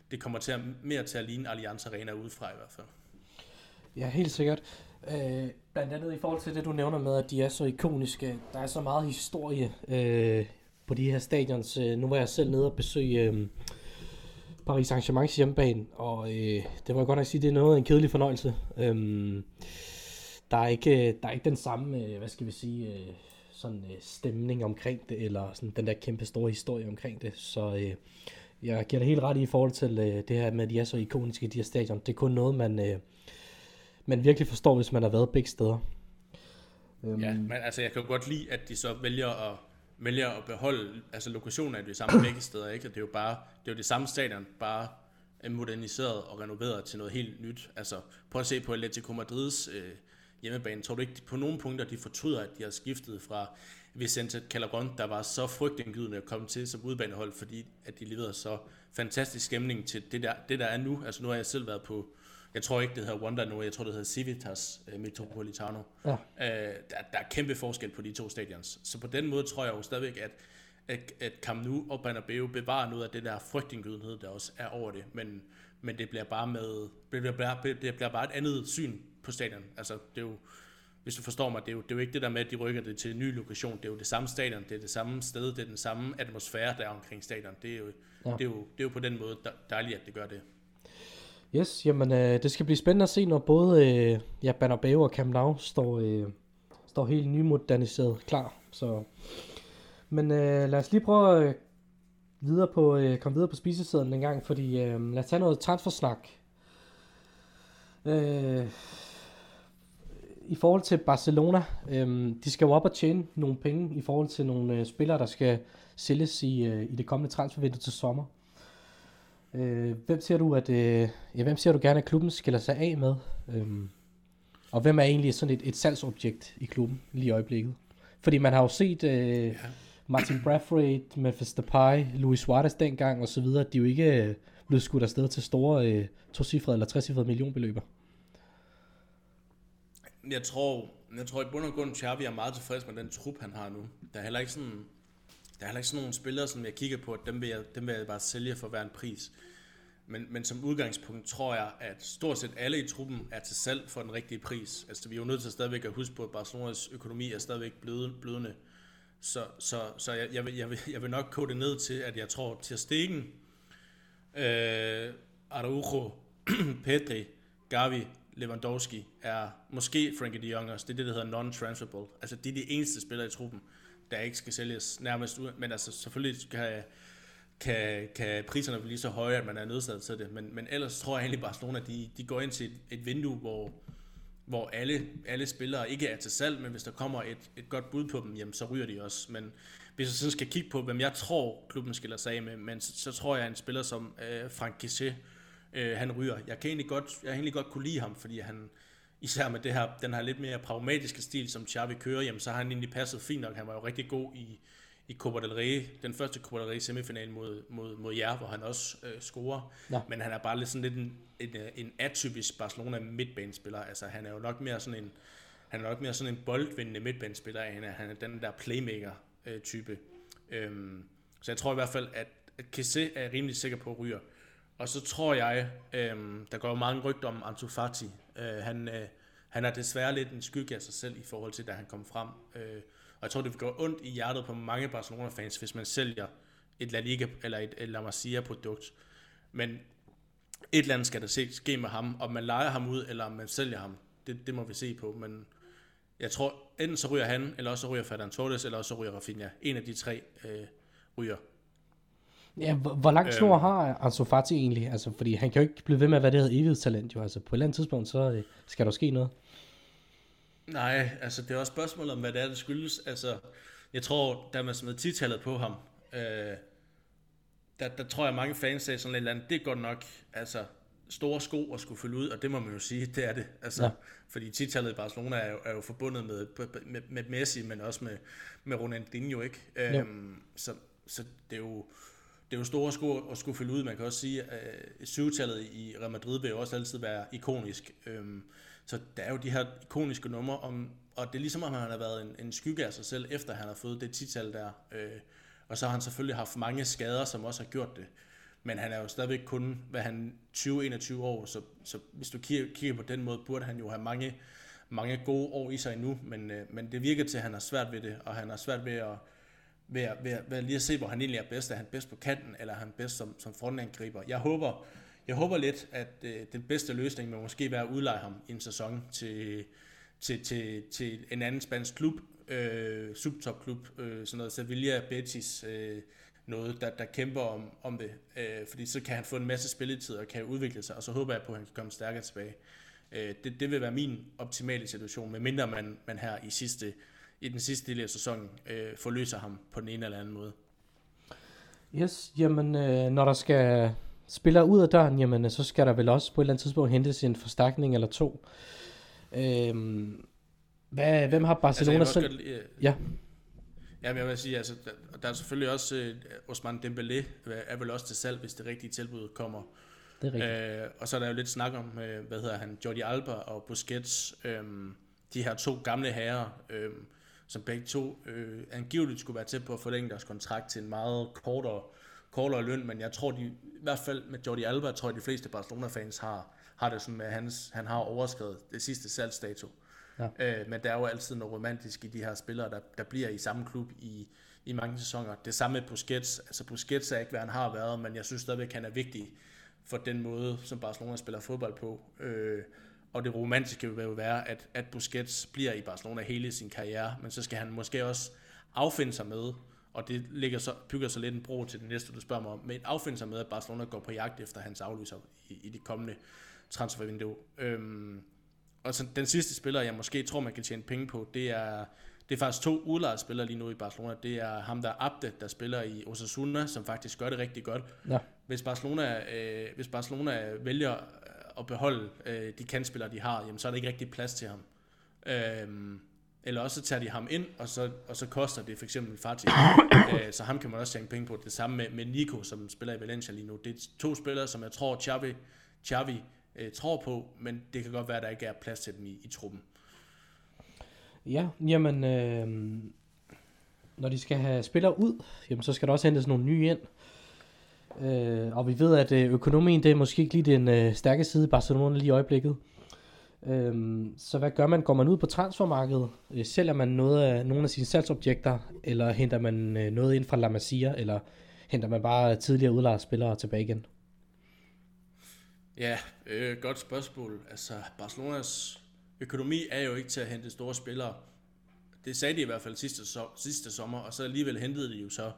Speaker 3: det kommer til mere til at ligne Allianz Arena udefra i hvert fald.
Speaker 2: Ja, helt sikkert. Blandt andet i forhold til det, du nævner med, at de er så ikoniske. Der er så meget historie på de her stadions. Nu var jeg selv nede og besøge Paris Saint-Germains hjemmebane, og det må jeg godt nok sige, det er noget en kedelig fornøjelse. Der er ikke den samme, hvad skal vi sige, stemning omkring det, eller sådan den der kæmpe store historie omkring det. Så jeg giver det helt ret i forhold til det her med, at de er så ikoniske, de her stadion. Det er kun noget, man virkelig forstår, hvis man har været begge steder.
Speaker 3: Ja, men altså jeg kan jo godt lide, at de så vælger at beholde, altså lokationen er det samme begge steder, ikke? Og det er jo det samme stadion, bare moderniseret og renoveret til noget helt nyt. Altså prøv at se på Atletico Madrids hjemmebane. Tror du ikke på nogle punkter, de fortryder, at de har skiftet fra Vicente Calderón, der var så frygtindgydende at komme til som udbanehold, fordi at de leverede så fantastisk stemning til det der er nu. Altså nu har jeg selv været på, jeg tror ikke det hedder Wanda nu, jeg tror det hedder Civitas Metropolitano. Ja. Der er kæmpe forskel på de to stadions. Så på den måde tror jeg jo stadigvæk, at Camp Nou og Bernabeu bevarer noget af det der frygtindgydenhed, der også er over det, men det bliver bare et andet syn på stadion. Altså det er jo, hvis du forstår mig, det er jo ikke det der med, at de rykker det til en ny lokation. Det er jo det samme stadion, det er det samme sted, det er den samme atmosfære, der er omkring stadion. Det er jo på den måde dejligt, at det gør det.
Speaker 2: Yes, jamen det skal blive spændende at se, når både Bernabeu og Camp Nou står helt nymoderniseret klar. Så, men lad os lige prøve at komme videre på spisesæden en gang, fordi lad os tage noget transfersnak. I forhold til Barcelona, de skal jo op og tjene nogle penge i forhold til nogle spillere, der skal sælges i det kommende transfervindue til sommer. Hvem ser du gerne, at klubben skiller sig af med? Og hvem er egentlig sådan et salgsobjekt i klubben lige i øjeblikket? Fordi man har jo set Martin Braithwaite, Memphis Depay, Luis Suarez dengang og så videre, de er jo ikke blevet skudt afsted til store tocifrede eller trecifrede millionbeløber.
Speaker 3: Jeg tror i bund og grund, Xavi er meget tilfreds med den trup, han har nu. Der er heller ikke sådan nogle spillere, som jeg kigger på, at dem vil jeg bare sælge for hver en pris. Men som udgangspunkt tror jeg, at stort set alle i truppen er til salg for den rigtige pris. Altså vi er jo nødt til stadigvæk at huske på, at Barcelonas økonomi er stadigvæk blødende. Så jeg vil nok kode det ned til, at jeg tror Ter Stegen, Araujo, Pedri, Gavi, Lewandowski er måske Frenkie de Jong også. Det er det, der hedder non-transferable. Altså de er de eneste spillere i truppen, der ikke skal sælges nærmest ud. Men altså selvfølgelig kan priserne blive så høje, at man er nødsaget til det. Men ellers tror jeg egentlig, at Barcelona de går ind til et vindue, hvor alle spillere ikke er til salg, men hvis der kommer et godt bud på dem, jamen, så ryger de også. Men hvis jeg sådan skal kigge på, hvem jeg tror, klubben skiller sig af med, men så tror jeg, en spiller som Franck Kessié, han ryger. Jeg kan egentlig godt kunne lide ham, fordi han, især med den her lidt mere pragmatiske stil, som Xavi kører, jamen, så har han egentlig passet fint nok. Han var jo rigtig god i Copa del Rey, den første Copa del Rey semifinal mod jer, hvor han også scorer. Ja. Men han er bare lidt sådan en atypisk Barcelona midtbanespiller. Altså han er jo nok mere sådan en boldvindende midtbanespiller. Han er den der playmaker type. Så jeg tror i hvert fald, at Kessié er rimelig sikker på at ryge. Og så tror jeg, der går jo mange rygter om Ansu Fati. Han er desværre lidt en skygge af sig selv i forhold til, da han kom frem. Og jeg tror, det vil gå ondt i hjertet på mange Barcelona-fans, hvis man sælger et La Liga eller et La Masia-produkt. Men et eller andet skal der ske med ham, om man lejer ham ud, eller om man sælger ham. Det må vi se på. Men jeg tror, enten så ryger han, eller også så ryger Ferran Torres, eller også så ryger Rafinha. En af de tre ryger.
Speaker 2: Ja, hvor langt snor har Ansu Fati egentlig? Altså, fordi han kan jo ikke blive ved med at være det her evighedstalent, jo. Altså, på et eller andet tidspunkt, så skal der ske noget.
Speaker 3: Nej, altså det er også spørgsmålet om, hvad det skyldes. Altså, jeg tror, da man smed 10-tallet på ham, der tror jeg, mange fans sagde sådan lidt andet, det er godt nok, altså store sko at skulle fylde ud, og det må man jo sige, det er det. Altså, ja. Fordi 10-tallet i Barcelona er jo forbundet med Messi, men også med Ronaldinho, ikke? Så det er jo store sko at skulle fylde ud. Man kan også sige, at 7-tallet i Real Madrid vil jo også altid være ikonisk. Så der er jo de her ikoniske numre, og det er ligesom, om han har været en skygge af sig selv, efter han har fået det 10-tal der. Og så har han selvfølgelig haft mange skader, som også har gjort det. men han er jo stadigvæk kun, hvad han 20-21 år, så hvis du kigger på den måde, burde han jo have mange gode år i sig endnu, men det virker til, at han har svært ved det, og han har svært ved at lige at se, hvor han egentlig er bedst. Er han bedst på kanten, eller er han bedst som frontangriber? Jeg håber lidt, at den bedste løsning må måske være at udleje ham i en sæson til en anden spansk klub, subtopklub, sådan noget Sevilla, Betis, noget, der kæmper om det, fordi så kan han få en masse spilletid og kan udvikle sig, og så håber jeg på, at han kan komme stærkere tilbage. Det vil være min optimale situation, medmindre man her i den sidste del af sæsonen forløser ham på den ene eller anden måde.
Speaker 2: Yes, jamen når der skal spillere ud af døren, jamen så skal der vel også på et eller andet tidspunkt hentes en forstærkning eller to. Hvem har Barcelona selv? Ja.
Speaker 3: Jamen jeg vil sige, altså, der er selvfølgelig også Ousmane Dembélé er vel også til salg, hvis det rigtige tilbud kommer.
Speaker 2: Det er rigtigt.
Speaker 3: Og så er der jo lidt snak om, Jordi Alba og Busquets, de her to gamle herrer, som begge to angiveligt skulle være tæt på at forlænge deres kontrakt til en meget kortere løn, men jeg tror, i hvert fald med Jordi Alba, tror jeg, de fleste Barcelona-fans har det sådan med, at han har overskrevet det sidste salgsdato. Ja. Men der er jo altid noget romantisk i de her spillere, der bliver i samme klub i mange sæsoner. Det samme med Busquets. Altså Busquets er ikke, hvad han har været, men jeg synes stadigvæk, han er vigtig for den måde, som Barcelona spiller fodbold på. Og det romantiske vil jo være, at Busquets bliver i Barcelona hele sin karriere, men så skal han måske også affinde sig med, og det bygger så lidt en bro til det næste, du spørger mig om, men affinde sig med, at Barcelona går på jagt efter hans afløser i det kommende transfervindue. Og så den sidste spiller, jeg måske tror, man kan tjene penge på, det er faktisk 2 udlejede spillere lige nu i Barcelona. Det er ham, der Abde, der spiller i Osasuna, som faktisk gør det rigtig godt. Ja. Hvis Barcelona vælger at beholde de kantspillere, de har, jamen, så er der ikke rigtig plads til ham. Eller også tager de ham ind, og så koster det for eksempel Fatih. Så ham kan man også tjene penge på. Det samme med Nico, som spiller i Valencia lige nu. Det er 2 spillere, som jeg tror, Xavi tror på, men det kan godt være, at der ikke er plads til dem i truppen.
Speaker 2: Ja, jamen, når de skal have spillere ud, jamen, så skal der også hentes nogle nye ind. Og vi ved, at økonomien, det er måske ikke lige den stærke side i Barcelona lige i øjeblikket. Så hvad gør man? Går man ud på transfermarkedet? Sælger man nogle af sine salgsobjekter, eller henter man noget ind fra La Masia, eller henter man bare tidligere udlejede spillere tilbage igen?
Speaker 3: Ja, godt spørgsmål. Altså, Barcelonas økonomi er jo ikke til at hente store spillere. Det sagde de i hvert fald sidste sommer, og så alligevel hentede de jo så,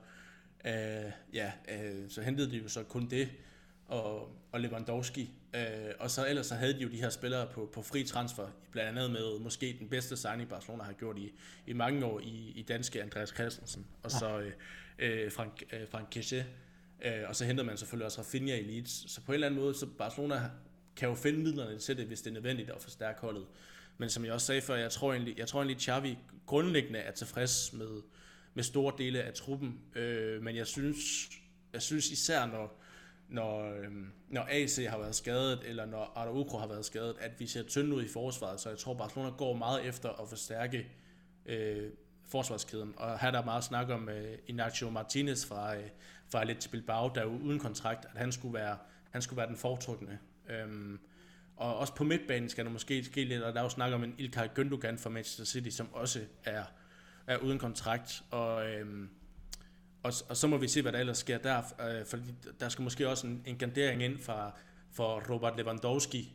Speaker 3: så hentede de jo så kun det og Lewandowski. Og så ellers så havde de jo de her spillere på fri transfer, blandt andet med måske den bedste signing Barcelona har gjort i mange år i danske Andreas Christensen, og så Franck Kessie. Og så henter man selvfølgelig også Rafinha i Leeds. Så på en eller anden måde, så Barcelona kan jo finde midlerne til det, hvis det er nødvendigt at forstærke holdet. Men som jeg også sagde før, jeg tror egentlig Xavi grundlæggende er tilfreds med store dele af truppen. Men jeg synes især, når AC har været skadet, eller når Araujo har været skadet, at vi ser tynde ud i forsvaret. Så jeg tror, Barcelona går meget efter at forstærke forsvarskæden. Og her er der meget snak om Inacio Martinez fra Athletic Bilbao, der er jo uden kontrakt, at han skulle være den foretrukne. Og også på midtbanen skal der måske ske lidt, og der er jo snak om en Ilkay Gündogan fra Manchester City, som også er uden kontrakt. Og så må vi se, hvad der ellers sker der, fordi der skal måske også en gardering ind for Robert Lewandowski.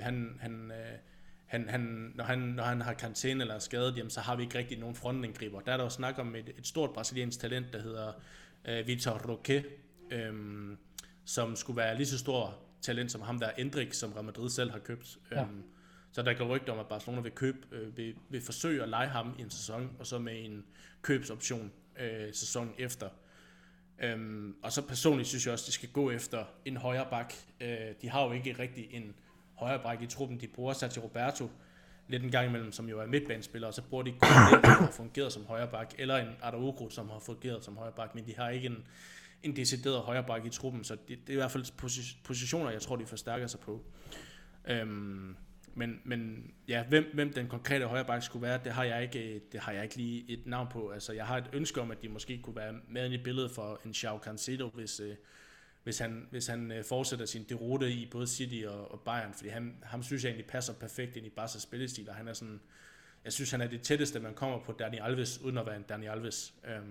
Speaker 3: Når han har karantæne eller er skadet, jamen, så har vi ikke rigtig nogen frontangriber. Der er der jo snak om et stort brasiliansk talent, der hedder Vitor Roque, som skulle være lige så stor talent som ham der Endrick, som Real Madrid selv har købt. Ja. Så der går rygter om, at Barcelona vil forsøge at leje ham i en sæson, og så med en købsoption sæsonen efter. Og så personligt synes jeg også, at de skal gå efter en højre bak. De har jo ikke rigtig en højre bak i truppen. De bruger Sergio Roberto lidt en gang imellem, som jo er midtbanespiller, og så bruger de Koundé, der har fungeret som højre bak, eller en Araujo, som har fungeret som højre bak, men de har ikke en decideret højre bak i truppen, så det er i hvert fald positioner, jeg tror, de forstærker sig på. Men ja, hvem den konkrete højre bak skulle være, det har jeg ikke lige et navn på. Altså, jeg har et ønske om, at de måske kunne være med i billedet for en Joao Cancelo, hvis han fortsætter sin derute i både City og Bayern, fordi ham synes jeg egentlig passer perfekt ind i Barca's spillestil, og han er sådan, jeg synes han er det tætteste, man kommer på Dani Alves, uden at være en Dani Alves.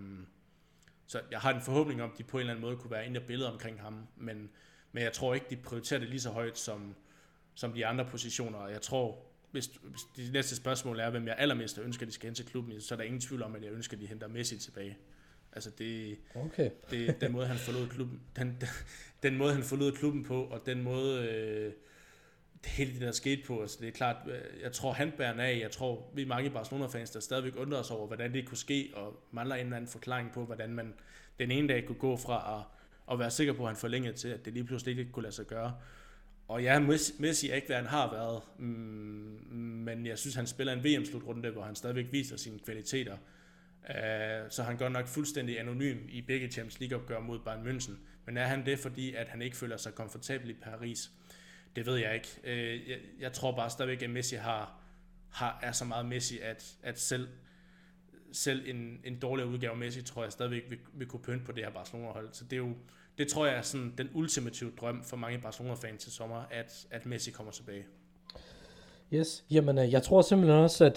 Speaker 3: Så jeg har en forhåbning om, at de på en eller anden måde kunne være inde i billedet omkring ham, men jeg tror ikke, de prioriterer det lige så højt som de andre positioner, og jeg tror, hvis det næste spørgsmål er, hvem jeg allermest ønsker, de skal hen til klubben, så er der ingen tvivl om, at jeg ønsker, at de henter Messi tilbage. Altså det den måde han forlod klubben, den måde han forlod klubben på, og den måde det hele det der skete på, altså det er klart, jeg tror han bærer af, jeg tror vi er mange Barcelona-fans, der stadigvæk undrer os over, hvordan det kunne ske, og mangler en eller anden forklaring på, hvordan man den ene dag kunne gå fra at være sikker på, at han forlængede til, at det lige pludselig ikke kunne lade sig gøre. Og ja, Messi er ikke, hvad han har været, men jeg synes, han spiller en VM-slutrunde, hvor han stadigvæk viser sine kvaliteter. Så han går nok fuldstændig anonym i begge Champions League-opgør mod Bayern München. Men er han det, fordi at han ikke føler sig komfortabel i Paris? Det ved jeg ikke. Jeg tror bare stadigvæk, at Messi er så meget Messi, at selv en dårligere udgave af Messi, tror jeg stadigvæk vil kunne pynte på det her Barcelona-hold. Så det tror jeg er sådan den ultimative drøm for mange Barcelona-fans til sommer, at Messi kommer tilbage.
Speaker 2: Yes, jamen jeg tror simpelthen også,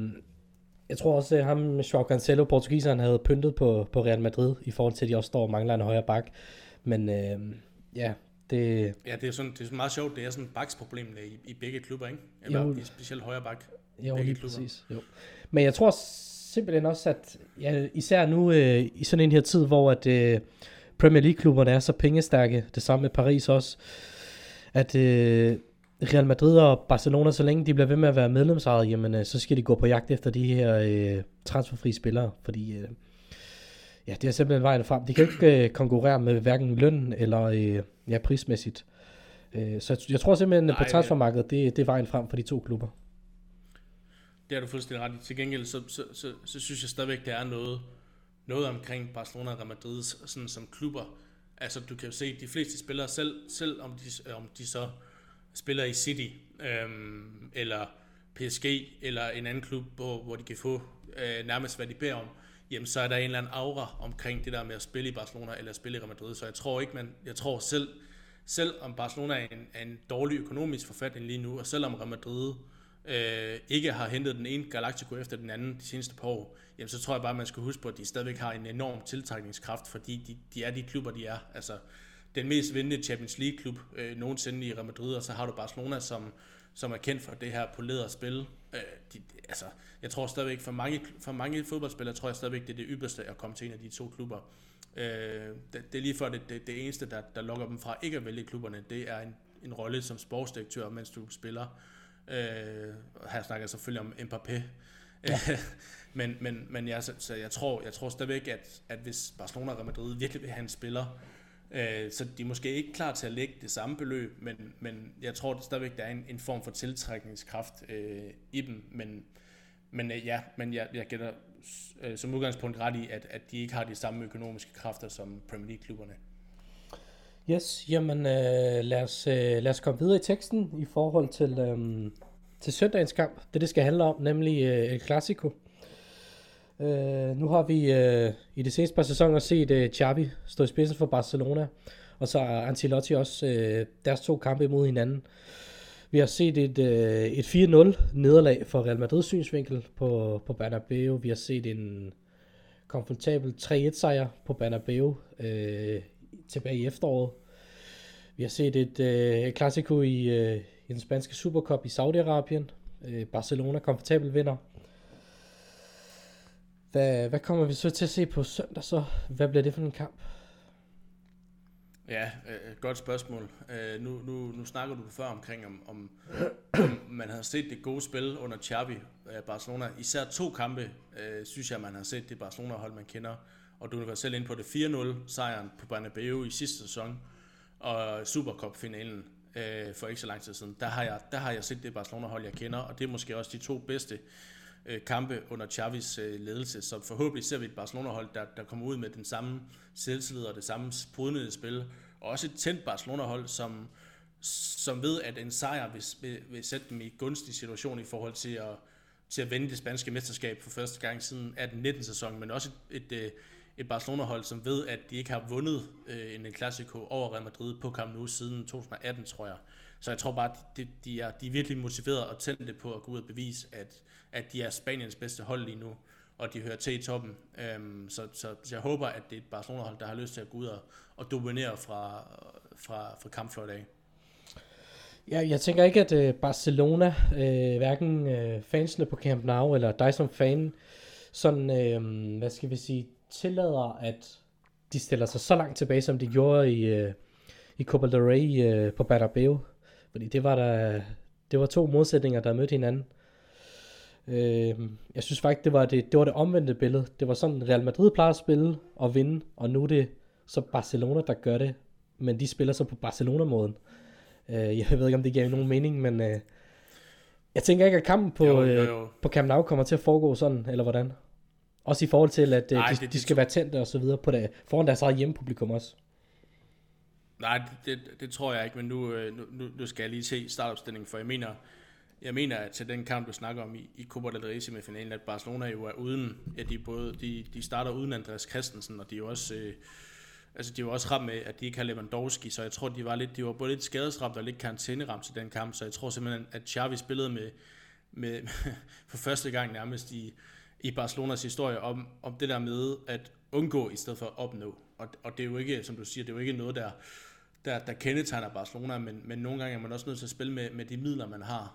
Speaker 2: at ham, João Cancelo, portugiseren, havde pyntet på Real Madrid, i forhold til, at de også står og mangler en højre bak. Men ja, det...
Speaker 3: Ja, det er sådan meget sjovt, det er sådan et baksproblem i begge klubber, ikke? Eller specielt højre bak.
Speaker 2: Jo, lige præcis. Jo. Men jeg tror simpelthen også, at især nu i sådan en her tid, hvor at Premier League-klubberne er så pengestærke, det samme med Paris også, at Real Madrid og Barcelona, så længe de bliver ved med at være medlemsejet, jamen så skal de gå på jagt efter de her transferfri spillere, fordi det er simpelthen vejen frem. De kan ikke konkurrere med hverken løn eller prismæssigt. Så jeg tror simpelthen, at på transfermarkedet, det er vejen frem for de to klubber.
Speaker 3: Det er du fuldstændig ret i. Til gengæld, så synes jeg stadigvæk, der er noget omkring Barcelona og Real Madrid, sådan som klubber. Altså, du kan jo se, de fleste spillere, selv om de så spiller i City, eller PSG, eller en anden klub, hvor de kan få nærmest, hvad de beder om, jamen så er der en eller anden aura omkring det der med at spille i Barcelona, eller spille i Real Madrid. Så jeg tror selv om Barcelona er en dårlig økonomisk forfatning lige nu, og selvom Real Madrid ikke har hentet den ene Galactico efter den anden de seneste par år, jamen så tror jeg bare, at man skal huske på, at de stadigvæk har en enorm tiltrækningskraft, fordi de er de klubber, de er. Altså, den mest vindende Champions League-klub nogensinde i Real Madrid, og så har du Barcelona, som er kendt for det her polerede spil. Jeg tror stadigvæk, for mange fodboldspillere, tror jeg stadigvæk, det er det ypperste at komme til en af de to klubber. Det er lige for det eneste, der lokker dem fra ikke at vælge klubberne, det er en rolle som sportsdirektør, mens du spiller. Her snakker jeg selvfølgelig om Mbappé. Ja. men jeg tror stadigvæk, at hvis Barcelona og Real Madrid virkelig vil have en spiller, så de er måske ikke klar til at lægge det samme beløb, men jeg tror at stadigvæk, der er en form for tiltrækningskraft i dem, men jeg gætter som udgangspunkt ret i, at de ikke har de samme økonomiske kræfter som Premier League-klubberne.
Speaker 2: Yes, jamen lad os komme videre i teksten i forhold til søndagens kamp. Det skal handle om, nemlig El Clasico. Nu har vi i det seneste par sæsoner set Xavi stå i spidsen for Barcelona, og så Ancelotti også deres to kampe imod hinanden. Vi har set et 4-0 nederlag for Real Madrids synsvinkel på Bernabeu. Vi har set en komfortabel 3-1 sejr på Bernabeu tilbage i efteråret. Vi har set et Clasico i den spanske Supercup i Saudi-Arabien. Barcelona komfortabel vinder. Hvad kommer vi så til at se på søndag så? Hvad bliver det for en kamp?
Speaker 3: Ja, godt spørgsmål. Nu snakker du før omkring, om man havde set det gode spil under Xavi Barcelona. Især to kampe, synes jeg, man har set det Barcelona-hold, man kender. Og du var selv inde på det 4-0-sejren på Bernabeu i sidste sæson, og Supercup-finalen for ikke så lang tid siden. Der har jeg set det Barcelona-hold, jeg kender, og det er måske også de to bedste kampe under Xavis ledelse, så forhåbentlig ser vi et Barcelona-hold, der kommer ud med den samme selvtillid og det samme sprudlende spil, og også et tændt Barcelona-hold, som ved, at en sejr vil sætte dem i en gunstig situation i forhold til at vinde det spanske mesterskab for første gang siden 18-19 sæsonen, men også et Barcelona-hold, som ved, at de ikke har vundet en El Clasico over Real Madrid på Camp Nou siden 2018, tror jeg. Så jeg tror bare, at de er virkelig motiveret og tændte på at gå ud og bevise, at de er Spaniens bedste hold lige nu, og de hører til i toppen. Så jeg håber, at det er et Barcelona-hold, der har lyst til at gå ud og dominere fra kampfløjt af.
Speaker 2: Ja, jeg tænker ikke, at Barcelona, hverken fansene på Camp Nou eller dig som fan, sådan, hvad skal vi sige, tillader, at de stiller sig så langt tilbage, som de gjorde i Copa del Rey på Bernabeu. Fordi det var to modsætninger, der mødte hinanden. Jeg synes faktisk, det var det omvendte billede. Det var sådan, Real Madrid plejer at spille og vinde, og nu er det så Barcelona, der gør det. Men de spiller så på Barcelona-måden. Jeg ved ikke, om det giver nogen mening, men jeg tænker ikke, at kampen på Camp Nou kommer til at foregå sådan, eller hvordan? Også i forhold til, at de skal være tændte og så videre foran deres eget hjemmepublikum også.
Speaker 3: Nej, det tror jeg ikke, men nu skal jeg lige se startopstillingen, for jeg mener at til den kamp, du snakker om i Copa del Rey med finalen, at Barcelona jo er uden, ja, de starter uden Andreas Christensen, og de er jo også, de er jo også ramt med, at de ikke har Lewandowski, så jeg tror, de var både lidt skadesramt og lidt karantæneramt til den kamp, så jeg tror simpelthen, at Xavi spillede med for første gang nærmest i Barcelonas historie om det der med at undgå i stedet for at opnå, og det er jo ikke, som du siger, det er jo ikke noget, der kendetegner Barcelona, men nogle gange er man også nødt til at spille med de midler, man har.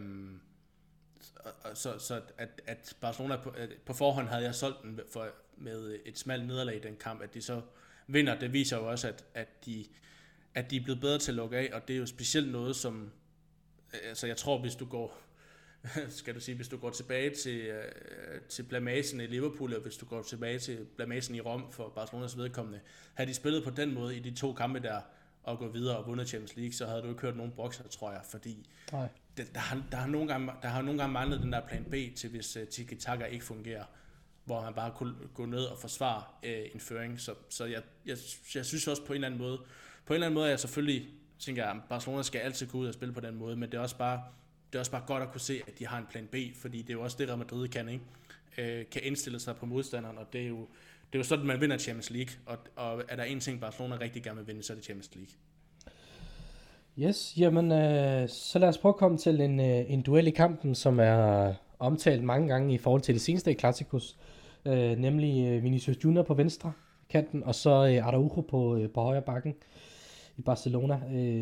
Speaker 3: Så at Barcelona på forhånd havde jeg solgt den med et smalt nederlag i den kamp, at de så vinder, det viser jo også, at de er blevet bedre til at lukke af, og det er jo specielt noget, som, altså jeg tror, hvis du går tilbage til blamagen i Liverpool, og hvis du går tilbage til blamagen i Rom for Barcelonas vedkommende, havde de spillet på den måde i de to kampe der, og gå videre og vundet Champions League, så havde du ikke hørt nogen brokser, tror jeg, fordi der har nogle gange manglet den der plan B til, hvis tiki-taka ikke fungerer, hvor man bare kunne gå ned og forsvare en føring. Så jeg synes også på en eller anden måde, jeg selvfølgelig tænker, at Barcelona skal altid gå ud og spille på den måde, men det er også bare godt at kunne se, at de har en plan B, fordi det er jo også det, Real Madrid kan, ikke? Kan indstille sig på modstanderen, og det er jo sådan, man vinder Champions League, og er der en ting, Barcelona rigtig gerne vil vinde, så er det Champions League.
Speaker 2: Yes, jamen, så lad os prøve at komme til en duel i kampen, som er omtalt mange gange i forhold til det seneste i Clásicos, nemlig Vinicius Junior på venstre kanten, og så Araujo på højre bakken i Barcelona.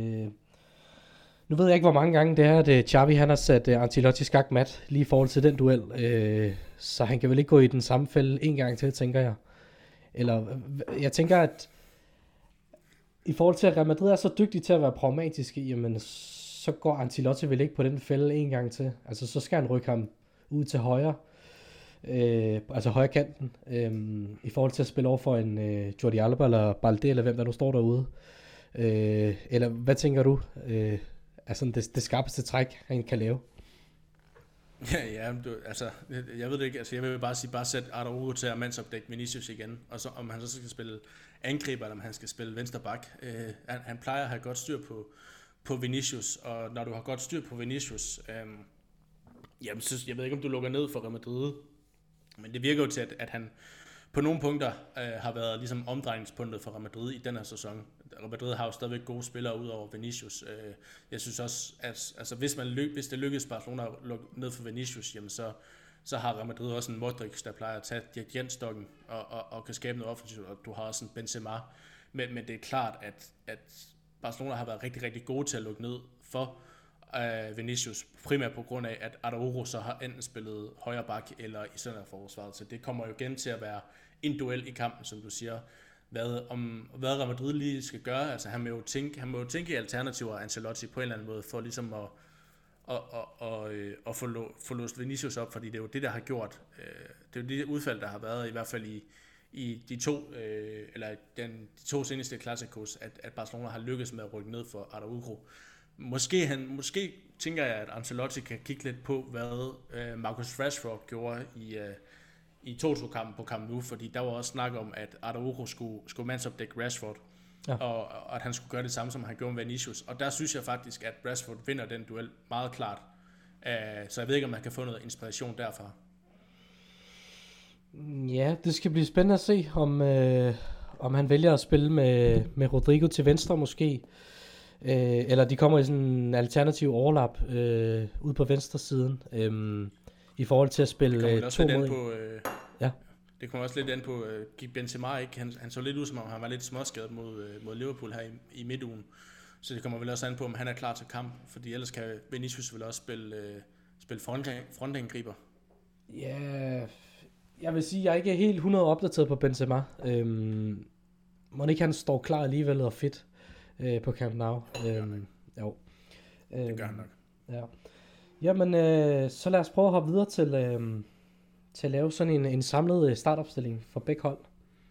Speaker 2: Nu ved jeg ikke, hvor mange gange det er, at Xavi han har sat Ancelotti skakmat lige i forhold til den duel, så han kan vel ikke gå i den samme fælde en gang til, tænker jeg. Eller jeg tænker, at i forhold til, at Real Madrid er så dygtig til at være pragmatisk, jamen så går Ancelotti vel ikke på den fælde en gang til. Altså så skal han rykke ham ud til højre, altså højre kanten, i forhold til at spille over for en Jordi Alba eller Balde, eller hvem der nu står derude. Eller hvad tænker du, er sådan det skarpeste træk, han kan lave?
Speaker 3: Ja, jeg ved det ikke, altså jeg vil bare sætte Araujo til at mandsopdække Vinicius igen, og så om han så skal spille angriber, eller om han skal spille venstre bak. Han plejer at have godt styr på Vinicius, og når du har godt styr på Vinicius, jamen så, jeg ved ikke, om du lukker ned for Real Madrid, men det virker jo til, at han på nogle punkter har været ligesom omdrejningspunktet for Real Madrid i den her sæson. Real Madrid har jo stadigvæk gode spillere ud over Vinicius. Jeg synes også, at altså, hvis det lykkes Barcelona at lukke ned for Vinicius, jamen så har Real Madrid også en Modric, der plejer at tage dirigentstokken og kan skabe noget offensivt, og du har også en Benzema. Men det er klart, at Barcelona har været rigtig, rigtig gode til at lukke ned for Vinicius, primært på grund af, at Araujo så har enten spillet højre bak eller i centerforsvaret, så det kommer jo igen til at være en duel i kampen, som du siger. Hvad Real Madrid lige skal gøre, altså han må jo tænke i alternativer af Ancelotti på en eller anden måde, for ligesom at få låst Vinicius op, fordi det er jo det, der har gjort, det er jo det udfald, der har været, i hvert fald i de to seneste Clásicos, at Barcelona har lykkes med at rykke ned for Araujo. Måske tænker jeg, at Ancelotti kan kigge lidt på, hvad Marcus Rashford gjorde i Toto-kampen på Camp Nou, fordi der var også snak om, at Araujo skulle mandsopdække Rashford, ja. og at han skulle gøre det samme, som han gjorde med Vinicius. Og der synes jeg faktisk, at Rashford vinder den duel meget klart. Så jeg ved ikke, om man kan få noget inspiration derfra.
Speaker 2: Ja, det skal blive spændende at se, om han vælger at spille med Rodrigo til venstre måske. Eller de kommer i sådan en alternativ overlap ud på venstre siden. I forhold til at spille 2 mod 1. Ja.
Speaker 3: Det kommer også lidt an på, gik Benzema ikke? Han så lidt ud, som om han var lidt småskadet mod Liverpool her i midtugen. Så det kommer vel også an på, om han er klar til kamp. Fordi ellers kan Vinicius vel også spille frontangriber.
Speaker 2: Ja, jeg vil sige, at jeg ikke er helt 100 opdateret på Benzema. Må ikke han står klar alligevel og fit på Camp Nou. Jo.
Speaker 3: Det gør han nok.
Speaker 2: Ja. Jamen, så lad os prøve at hoppe videre til at lave sådan en samlet startopstilling for begge hold.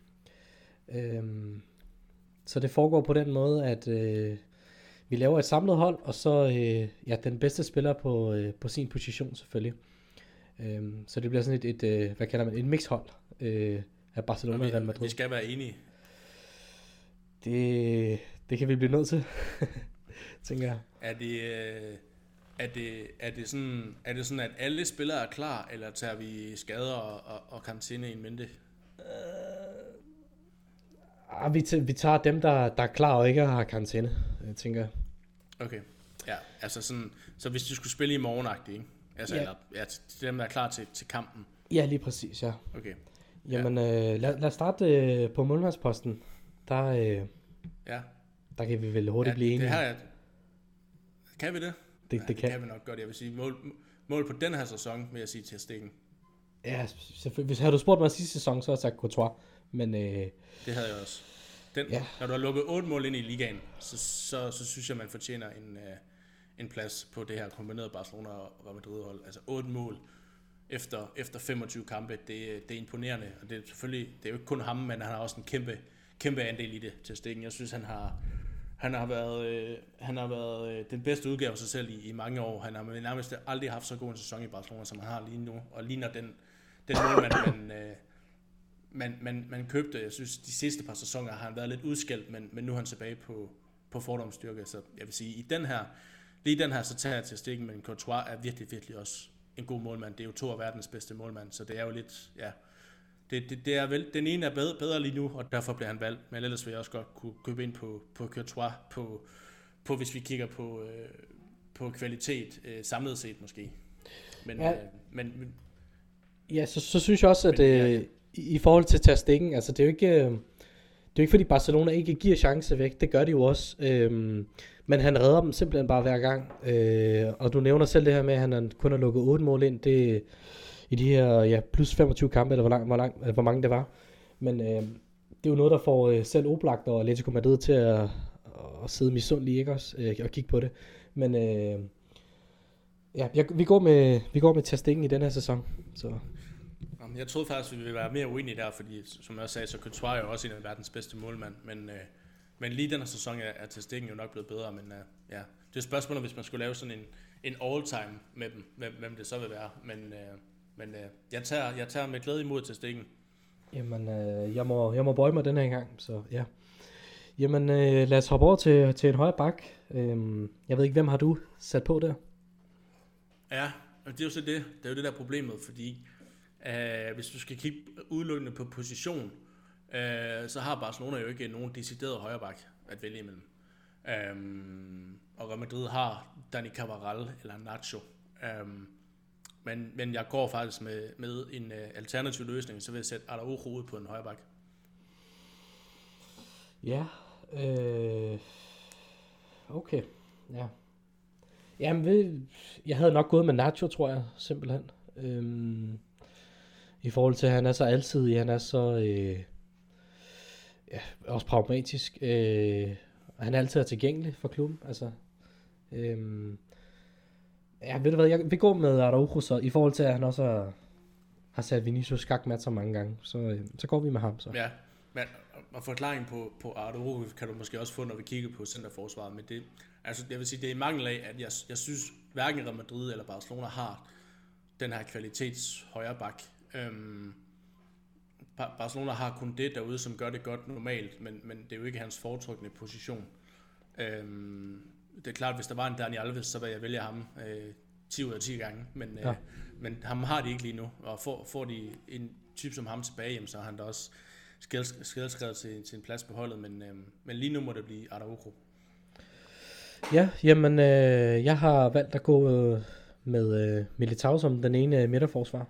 Speaker 2: Så det foregår på den måde, at vi laver et samlet hold, og så den bedste spiller på sin position selvfølgelig. Så det bliver sådan et hvad kalder man, et mixhold af Barcelona og Real Madrid.
Speaker 3: Vi skal være enige.
Speaker 2: Det kan vi blive nødt til, tænker jeg.
Speaker 3: Er det sådan, at alle spillere er klar, eller tager vi skader og karantæne i en mente?
Speaker 2: Vi tager dem, der er klar og ikke har karantæne, tænker jeg.
Speaker 3: Okay, ja, altså sådan, så hvis de skulle spille i morgenagtigt, ikke? Altså,
Speaker 2: ja.
Speaker 3: Eller dem, der er klar til kampen.
Speaker 2: Ja, lige præcis, ja.
Speaker 3: Okay.
Speaker 2: Jamen, lad os starte på målmandsposten. Der kan vi vel hurtigt blive enige.
Speaker 3: Kan vi det? Det kan vi nok godt. Jeg vil sige, mål på den her sæson, vil jeg sige til Stegen.
Speaker 2: Ja, selvfølgelig. Hvis havde du spurgt mig sidste sæson, så havde jeg sagt Courtois. Men,
Speaker 3: det havde jeg også. Når du har lukket 8 mål ind i ligaen, så synes jeg, man fortjener en plads på det her kombinerede Barcelona og Real Madrid hold. Altså 8 mål efter 25 kampe, det er imponerende. Og det er selvfølgelig, det er jo ikke kun ham, men han har også en kæmpe andel i det til Stegen. Jeg synes, han har været den bedste udgave af sig selv i mange år. Han har nærmest aldrig haft så god en sæson i Barcelona, som han har lige nu. Og ligner den målmand, man købte. Jeg synes, de sidste par sæsoner har han været lidt udskældt, men nu er han tilbage på fordomsstyrke. Så jeg vil sige, lige den her, så tager jeg til Stegen, men Courtois er virkelig, virkelig også en god målmand. Det er jo 2 af verdens bedste målmand, så det er jo lidt, ja. Det er vel, den ene er bedre lige nu, og derfor bliver han valgt. Men ellers vil jeg også godt kunne købe ind på Courtois, på hvis vi kigger på kvalitet samlet set måske.
Speaker 2: Men så synes jeg også, at i forhold til Ter Stegen, altså det er jo ikke fordi Barcelona ikke giver chance væk, det gør de jo også. Men han redder dem simpelthen bare hver gang. Og du nævner selv det her med, at han kun har lukket 8 mål ind, det i de her plus 25 kampe, eller hvor mange det var. Men det er jo noget, der får selv Oblak og Atletico Madrid til at sidde misundelige, ikke også? Og kigge på det. Men vi går med Ter Stegen i den her sæson. Så.
Speaker 3: Jeg troede faktisk, at vi ville være mere uenige der, fordi som jeg også sagde, så Courtois er jo også en af verdens bedste målmand. Men lige den her sæson er Ter Stegen jo nok blevet bedre. Men det er et spørgsmål, hvis man skulle lave sådan en all-time med dem, hvem det så vil være. Men jeg tager med glæde imod Ter Stegen.
Speaker 2: Jamen, jeg må bøje mig den her gang, så ja. Jamen, lad os hoppe over til en højre bak. Jeg ved ikke, hvem har du sat på der?
Speaker 3: Ja, det er jo så det. Det er jo det der problemet, fordi hvis du skal kigge udelukkende på position, så har Barcelona jo ikke nogen decideret højre bak at vælge imellem. Og Real Madrid har Dani Carvajal eller Nacho. Men jeg går faktisk med en alternativ løsning, så vil jeg sætte Araujo ud på en højre bak.
Speaker 2: Ja, okay, ja. Jamen, jeg havde nok gået med Nacho, tror jeg, simpelthen. I forhold til, at han er så altidig, han er så også pragmatisk. Han er altid tilgængelig for klubben, altså. Ved du hvad, jeg vil gå med Araujo så, i forhold til, at han også har sat Vinicius skakmat så mange gange, så går vi med ham så.
Speaker 3: Ja, men og forklaringen på Araujo kan du måske også få, når vi kigger på centerforsvaret, men det, altså jeg vil sige, det er i mangel af, at jeg synes, hverken Real Madrid eller Barcelona har den her kvalitets højre bak. Barcelona har kun det derude, som gør det godt normalt, men det er jo ikke hans foretrukne position. Det er klart, hvis der var en Dani Alves, så vil jeg vælge ham 10 ud af 10 gange, men ham har de ikke lige nu, og får de en type som ham tilbage, jamen, så har han da også skadeskrevet til en plads på holdet, men lige nu må det blive Araujo.
Speaker 2: Ja, jamen, jeg har valgt at gå med Militao som den ene midterforsvar.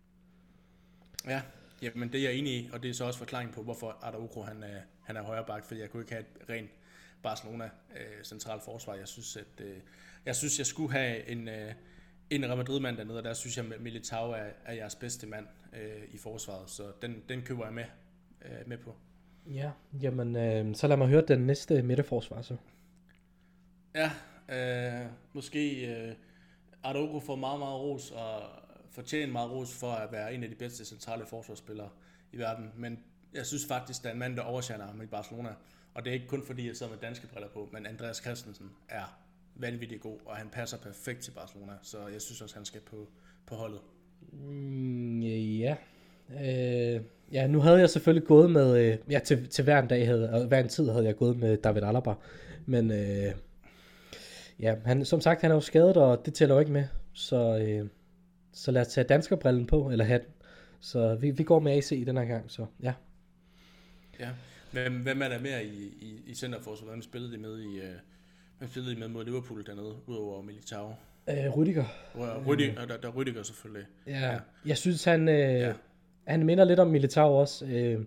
Speaker 3: Ja, jamen det er jeg enig i, og det er så også forklaringen på, hvorfor Araujo han er højre bak, fordi jeg kunne ikke have et rent Barcelona central forsvar. Jeg synes, jeg skulle have en Real Madrid-mand dernede, og der synes jeg, at Militao er jeres bedste mand i forsvaret, så den køber jeg med på.
Speaker 2: Ja, jamen, så lad mig høre den næste midterforsvar så.
Speaker 3: Ja, måske Araujo får meget, meget ros, og fortjener meget ros for at være en af de bedste centrale forsvarsspillere i verden, men jeg synes faktisk, der er en mand, der overshaner ham i Barcelona, og det er ikke kun fordi, jeg sidder med danske briller på, men Andreas Christensen er vanvittigt god, og han passer perfekt til Barcelona, så jeg synes også, han skal på holdet.
Speaker 2: Ja. Ja, nu havde jeg selvfølgelig gået med, til hver en dag, hver en tid havde jeg gået med David Alaba, men ja, som sagt, han er jo skadet, og det tæller jo ikke med, så lad os tage danskerbrillen på, eller hatten. Så vi går med AC i den her gang, så ja.
Speaker 3: Ja, hvem er der mere i centerforsvaret? Hvem spillede de med mod Liverpool dernede, udover Militao?
Speaker 2: Rüdiger.
Speaker 3: Der er Rüdiger selvfølgelig.
Speaker 2: Ja, jeg synes, han minder lidt om Militao også.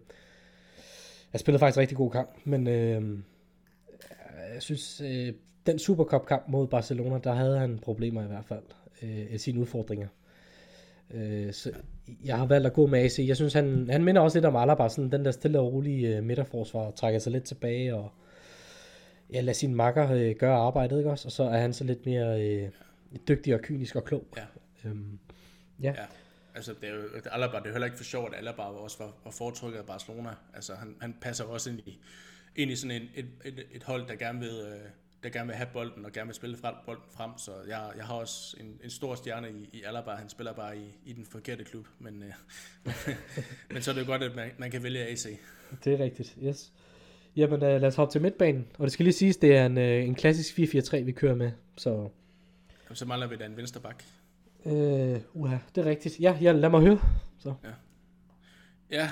Speaker 2: Jeg spillede faktisk en rigtig god kamp, men jeg synes, den Supercup-kamp mod Barcelona, der havde han problemer i hvert fald. Sine udfordringer. Så jeg har valgt at gå med AC. Jeg synes, han minder også lidt om Alaba, sådan den der stille og rolige midterforsvar, trækker sig lidt tilbage og lader sin makker gøre arbejdet, ikke også? Og så er han så lidt mere dygtig og kynisk og klog.
Speaker 3: Ja. Ja. Altså, det er jo, Alaba, det er heller ikke for sjovt, at Alaba også var foretrykket af Barcelona. Altså, han passer også ind i sådan et hold, der gerne vil have bolden og gerne vil spille bolden frem. Så jeg har også en stor stjerne i Alaba. Han spiller bare i den forkerte klub. Men så er det jo godt, at man kan vælge AC.
Speaker 2: Det er rigtigt, yes. Jamen, lad os hoppe til midtbanen. Og det skal lige siges, det er en klassisk 4-4-3, vi kører med.
Speaker 3: Så mangler vi da en venstre bak.
Speaker 2: Det er rigtigt. Ja, lad mig høre. Så.
Speaker 3: Ja,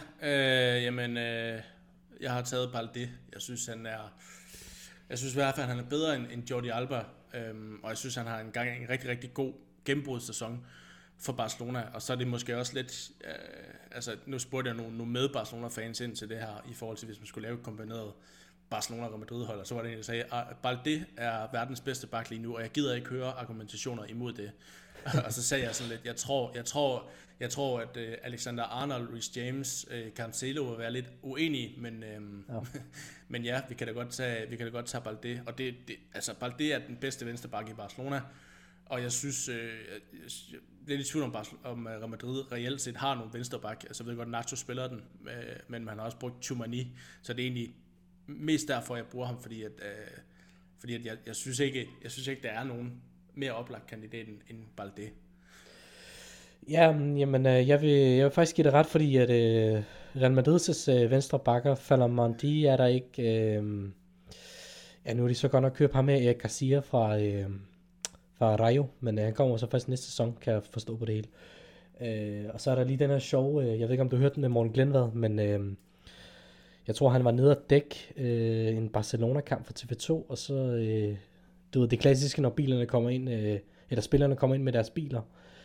Speaker 3: jeg har taget Balde. Jeg synes i hvert fald, han er bedre end Jordi Alba, og jeg synes, han har en rigtig, rigtig god gennembrudssæson for Barcelona, og så er det måske også lidt, nu spurgte jeg nogle med Barcelona-fans ind til det her, i forhold til, hvis man skulle lave et kombineret Barcelona og Madrid-hold, og så var det en, der sagde, at Balde er verdens bedste bak lige nu, og jeg gider ikke høre argumentationer imod det. Og så sagde jeg sådan lidt, jeg tror at Alexander Arnold, Reece James, Cancelo vil være lidt uenige, men ja, vi kan da godt tage Balde, og altså Balde er den bedste venstreback i Barcelona, og jeg synes, lidt i tvivl om Real Madrid reelt set har nogle venstreback, altså jeg ved godt, Nacho spiller den, men man har også brugt Tchouaméni, så det er egentlig mest derfor, jeg bruger ham, fordi at jeg synes ikke, der er nogen mere oplagt kandidat end Balde. Ja,
Speaker 2: jamen, jeg vil faktisk give det ret, fordi at Real Madrid's venstre bakker, Falamendi er der ikke. Nu er de så godt nok kørt ham med Eric Garcia fra Rayo, men han kommer så først næste sæson, kan jeg forstå på det hele. Og så er der lige den her sjove, jeg ved ikke om du hørte den med Morten Glenvad, men jeg tror han var nede og dække en Barcelona-kamp for TV2, og så du ved, det klassiske, når bilerne kommer ind, eller spillerne kommer ind med deres biler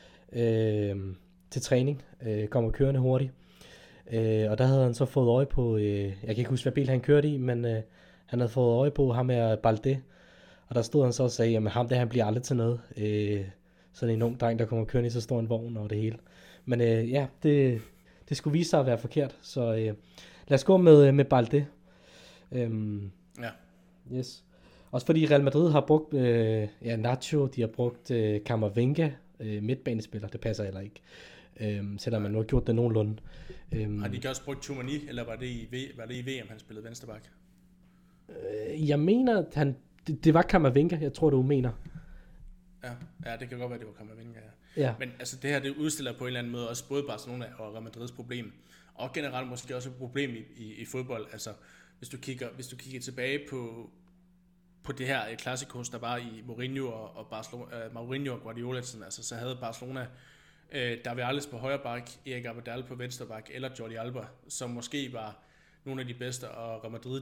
Speaker 2: til træning, kommer kørende hurtigt. Og der havde han så fået øje på, jeg kan ikke huske, hvad bil han kørte i, men han havde fået øje på ham med Balde. Og der stod han så og sagde, jamen ham der, han bliver aldrig til noget. Sådan en ung dreng, der kommer kørende i så stor en vogn og det hele. Men det skulle vise sig at være forkert. Så lad os gå med Balde.
Speaker 3: Ja.
Speaker 2: Yes. Også fordi Real Madrid har brugt Nacho, de har brugt Camavinga, midtbanespiller, det passer heller ikke. Selvom man nu har gjort det nogenlunde.
Speaker 3: Har de ikke også brugt Tchouaméni, eller var det i VM, han spillede venstreback?
Speaker 2: Jeg mener, at det var Camavinga, jeg tror du mener.
Speaker 3: Ja, det kan godt være, det var Camavinga,
Speaker 2: ja.
Speaker 3: Men altså det her, det udstiller på en eller anden måde også både Barcelona og Real Madrids problem, og generelt måske også et problem i fodbold. Altså hvis du kigger tilbage på det her klassikos, der var i Mourinho og Barcelona, Mourinho og Guardiola, altså, så havde Barcelona David Alves på højre bak, Erik Abadal på venstre bak, eller Jordi Alba, som måske var nogle af de bedste, og Real Madrid,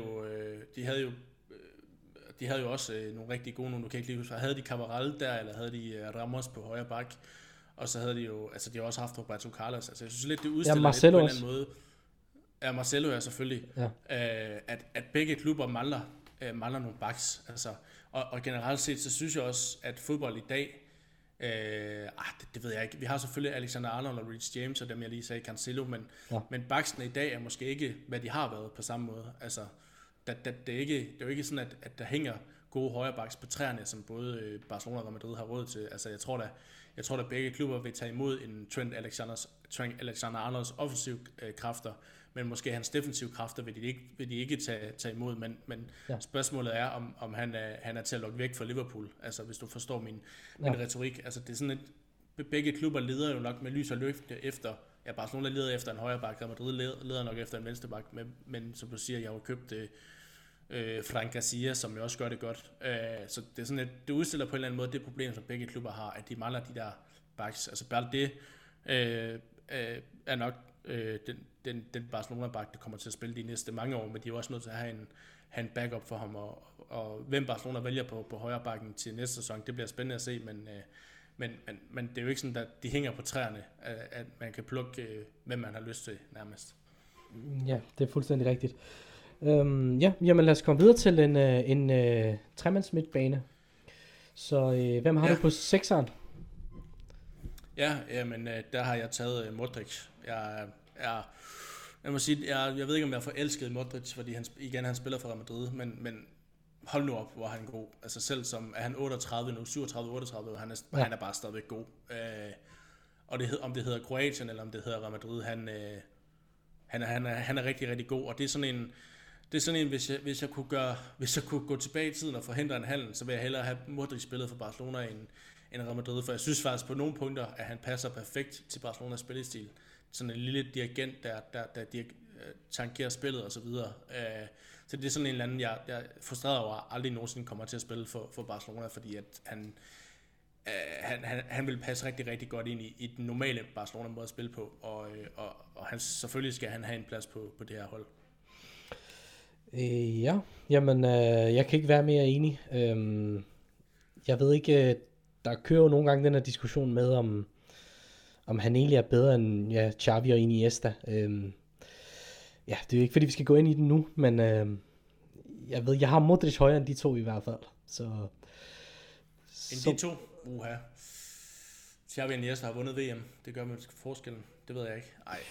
Speaker 3: de havde jo også nogle rigtig gode, nu kan jeg ikke lige huske, havde de Cabral der, eller havde de Ramos på højre bak, og så havde de jo, altså de har også haft Roberto Carlos, altså jeg synes lidt, det udstiller lidt på en eller anden måde. Ja, Marcelo er selvfølgelig, at begge klubber mangler nogle backs, altså, og generelt set, så synes jeg også, at fodbold i dag, det ved jeg ikke. Vi har selvfølgelig Alexander Arnold og Reece James, og dem jeg lige sagde, Cancelo, men backsene i dag er måske ikke, hvad de har været på samme måde. Altså, det er jo ikke sådan, at der hænger gode højre backs på træerne, som både Barcelona og Real Madrid har råd til. Altså, jeg tror da begge klubber vil tage imod en Trent Alexander-Arnolds offensiv kræfter, men måske hans defensive kræfter vil de ikke tage imod, men spørgsmålet er, om han er til at lukke væk fra Liverpool, altså hvis du forstår min retorik. Altså det er sådan, at begge klubber leder jo nok med lys og lygte efter, Barcelona leder efter en højre bak, og Madrid leder nok efter en venstre bak, men som du siger, jeg har jo købt Fran Casillas, som jo også gør det godt. Så det er sådan, at det udstiller på en eller anden måde det problem, som begge klubber har, at de mangler de der backs. Altså Balde er nok den Barcelona-bak, der kommer til at spille de næste mange år, men de er jo også nødt til at have en backup for ham, og hvem Barcelona vælger på højre bakken til næste sæson, det bliver spændende at se, men det er jo ikke sådan, at de hænger på træerne, at man kan plukke, hvem man har lyst til nærmest.
Speaker 2: Ja, det er fuldstændig rigtigt. Jamen lad os komme videre til en tremands midtbane. Så hvem har du på sekseren?
Speaker 3: Ja, jamen der har jeg taget Modric. Jeg må sige, jeg ved ikke, om jeg er forelsket i Modric, fordi han spiller for Real Madrid, men hold nu op, hvor er han god. Altså selv som, er han 38 nu, 37-38, han er bare stadigvæk god. Og om det hedder Kroatien, eller om det hedder Real Madrid, han er rigtig, rigtig god, og det er sådan en, hvis jeg kunne gå tilbage i tiden og forhindre en handel, så vil jeg hellere have Modric spillet for Barcelona end Real Madrid, for jeg synes faktisk på nogle punkter, at han passer perfekt til Barcelonas spillestil. Sådan en lille dirigent, der tankerer spillet og så videre. Så det er sådan en eller anden, jeg er frustreret over, aldrig nogensinde kommer til at spille for Barcelona, fordi at han vil passe rigtig, rigtig godt ind i den normale Barcelona måde at spille på, og selvfølgelig skal han have en plads på det her hold.
Speaker 2: Jeg kan ikke være mere enig. Jeg ved ikke, der kører jo nogle gange den her diskussion med, om han egentlig er bedre end Xavi og Iniesta. Det er jo ikke fordi vi skal gå ind i den nu, men jeg har Modric højere end de to i hvert fald. Så
Speaker 3: de to? Xavi og Iniesta har vundet VM. Det gør man forskellen. Det ved jeg ikke.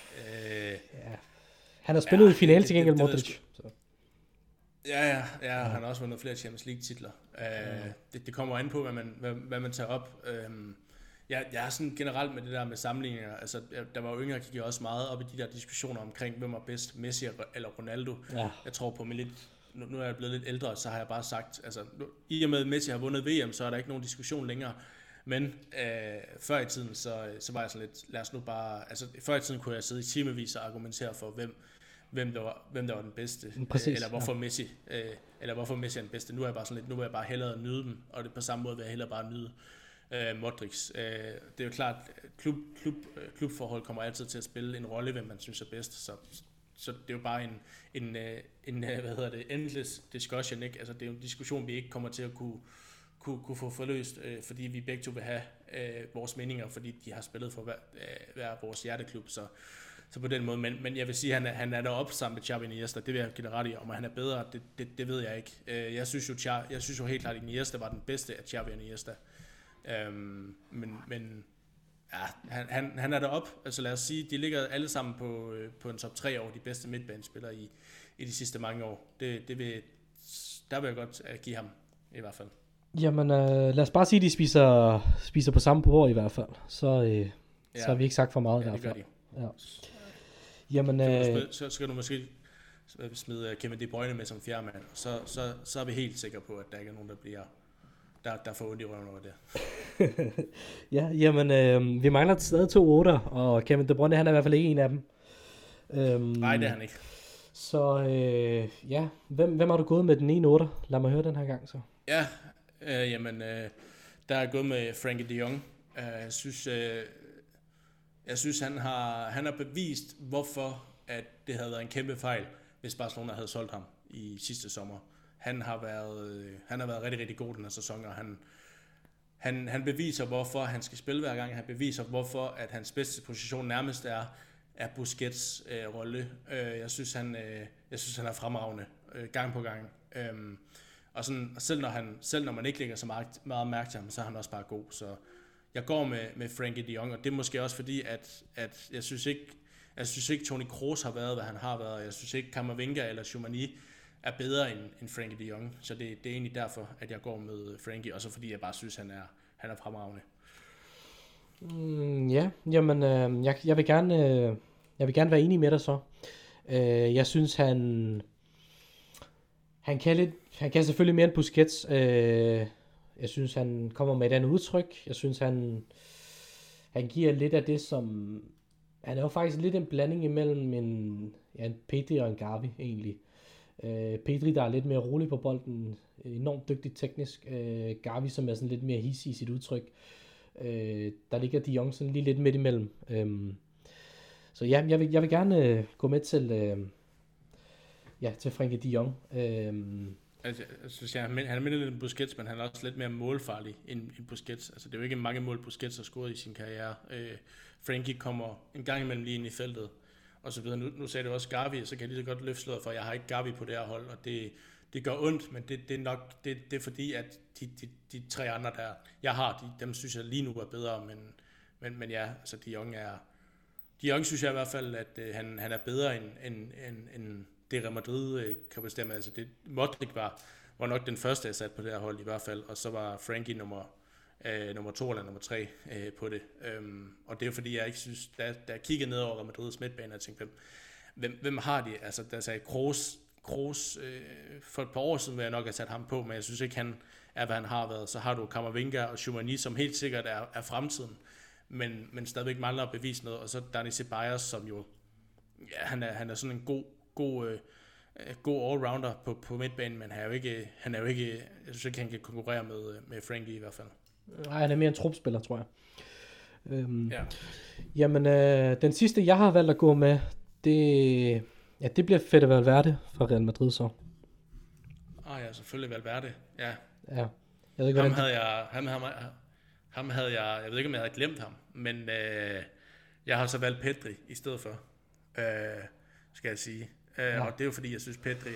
Speaker 2: Han har spillet i finale til gengæld, Modric.
Speaker 3: Ja, han har også vundet flere Champions League titler. Det kommer an på, hvad man tager op. Jeg er sådan generelt med det der med sammenligninger, altså der var jo yngre, gik jeg også meget op i de der diskussioner omkring, hvem var bedst, Messi eller Ronaldo. Ja. Jeg tror på mig lidt, nu er jeg blevet lidt ældre, så har jeg bare sagt, altså i og med at Messi har vundet VM, så er der ikke nogen diskussion længere. Men før i tiden, så var jeg sådan lidt, lad os nu bare, altså før i tiden kunne jeg sidde i timevis og argumentere for, hvem der var den bedste, eller hvorfor Messi er den bedste. Nu er jeg bare sådan lidt, nu vil jeg bare hellere nyde dem, og det på samme måde vil jeg hellere bare nyde Modric. Det er jo klart, klubforhold kommer altid til at spille en rolle, hvem man synes er bedst, så det er jo bare en endless discussion, ikke? Altså det er jo en diskussion, vi ikke kommer til at kunne få forløst, fordi vi begge to vil have vores meninger, fordi de har spillet for hver vores hjerteklub, så på den måde, men jeg vil sige, at han er deroppe sammen med Xavi og Iniesta, det vil jeg give ret i, om han er bedre, det ved jeg ikke. Jeg synes jo helt klart, at Iniesta var den bedste af Xavi og Iniesta. Men han er deroppe, altså lad os sige, de ligger alle sammen på en top 3 over de bedste midtbanespillere i de sidste mange år. Der vil jeg godt give ham, i hvert fald.
Speaker 2: Jamen, lad os bare sige, at de spiser på samme bord i hvert fald, så har vi ikke sagt for meget i hvert fald. Ja. Jamen,
Speaker 3: så skal du måske smide Kevin De Bruyne med som fjerdemand, så er vi helt sikre på, at der ikke er nogen, der får ondt i røven over det.
Speaker 2: Ja, jamen, vi mangler stadig 2 8'er, og Kevin De Bruyne, han er i hvert fald ikke en af dem.
Speaker 3: Nej, det er han ikke.
Speaker 2: Så hvem har du gået med den ene 8'er? Lad mig høre den her gang så.
Speaker 3: Ja, der er jeg gået med Frankie de Jong. Jeg synes, Jeg synes, han har bevist, hvorfor at det havde været en kæmpe fejl, hvis Barcelona havde solgt ham i sidste sommer. Han har været rigtig, rigtig god den her sæson, og han beviser, hvorfor han skal spille hver gang. Han beviser, hvorfor at hans bedste position nærmest er Busquets rolle. Jeg synes, han er fremragende gang på gang. Og selv når man ikke lægger så meget mærke til ham, så er han også bare god. Så jeg går med Frenkie de Jong, og det er måske også fordi, at jeg synes ikke Toni Kroos har været, hvad han har været. Jeg synes ikke Camavinga eller Tchouaméni er bedre end Frenkie de Jong. Så det er egentlig derfor, at jeg går med Frenkie, og så fordi jeg bare synes, han er fremragende.
Speaker 2: Ja, jamen, jeg vil gerne være enig med dig så. Jeg synes, han kan selvfølgelig mere end Busquets. Jeg synes, han kommer med et andet udtryk. Jeg synes, han giver lidt af det, som... Han er jo faktisk lidt en blanding imellem en Pedri og en Gavi, egentlig. Pedri, der er lidt mere rolig på bolden, enormt dygtig teknisk. Gavi, som er sådan lidt mere hissig i sit udtryk. Der ligger de Jong sådan lige lidt midt imellem. Så ja, jeg vil gerne gå med til Frenkie de Jong.
Speaker 3: Altså, jeg synes, han er mindre lidt en Busquets, men han er også lidt mere målfarlig end Busquets. Altså, det er jo ikke mange mål, Busquets har scoret i sin karriere. Frankie kommer en gang imellem lige ind i feltet, og så videre. Nu sagde du også Gavi, så kan jeg lige så godt løfte slået for, jeg har ikke Gavi på det her hold, og det gør ondt, men det er nok, det er fordi, at de tre andre, der jeg har, dem synes jeg lige nu er bedre, men ja, altså de Jong synes jeg i hvert fald, at han er bedre end det Real Madrid kan bestemme. Altså Modric var nok den første, jeg satte på det her hold i hvert fald, og så var Frankie nummer 2 eller nummer 3 på det. Og det er fordi, jeg ikke synes, da jeg kiggede ned over Real Madrids midtbane, og tænkte, hvem har de? Altså, der sagde Kroos for et par år siden, vil jeg nok have sat ham på, men jeg synes ikke, han er, hvad han har været. Så har du Camavinga og Tchouaméni, som helt sikkert er fremtiden, men stadigvæk mangler at bevise noget. Og så Dani Ceballos, som jo, ja, han er sådan en god allrounder på midtbanen, men han er jo ikke, jeg synes ikke, han kan konkurrere med Frankie i hvert fald.
Speaker 2: Nej, han er mere en trupspiller, tror jeg.
Speaker 3: Ja.
Speaker 2: Jamen, den sidste, jeg har valgt at gå med, det bliver Fede Valverde fra Real Madrid så.
Speaker 3: Ja, selvfølgelig Valverde, ja.
Speaker 2: Ja. Jeg ved ikke,
Speaker 3: ham havde jeg ved ikke, om jeg havde glemt ham, men jeg har så valgt Pedri i stedet for, skal jeg sige. Og det er jo fordi, jeg synes, Pedri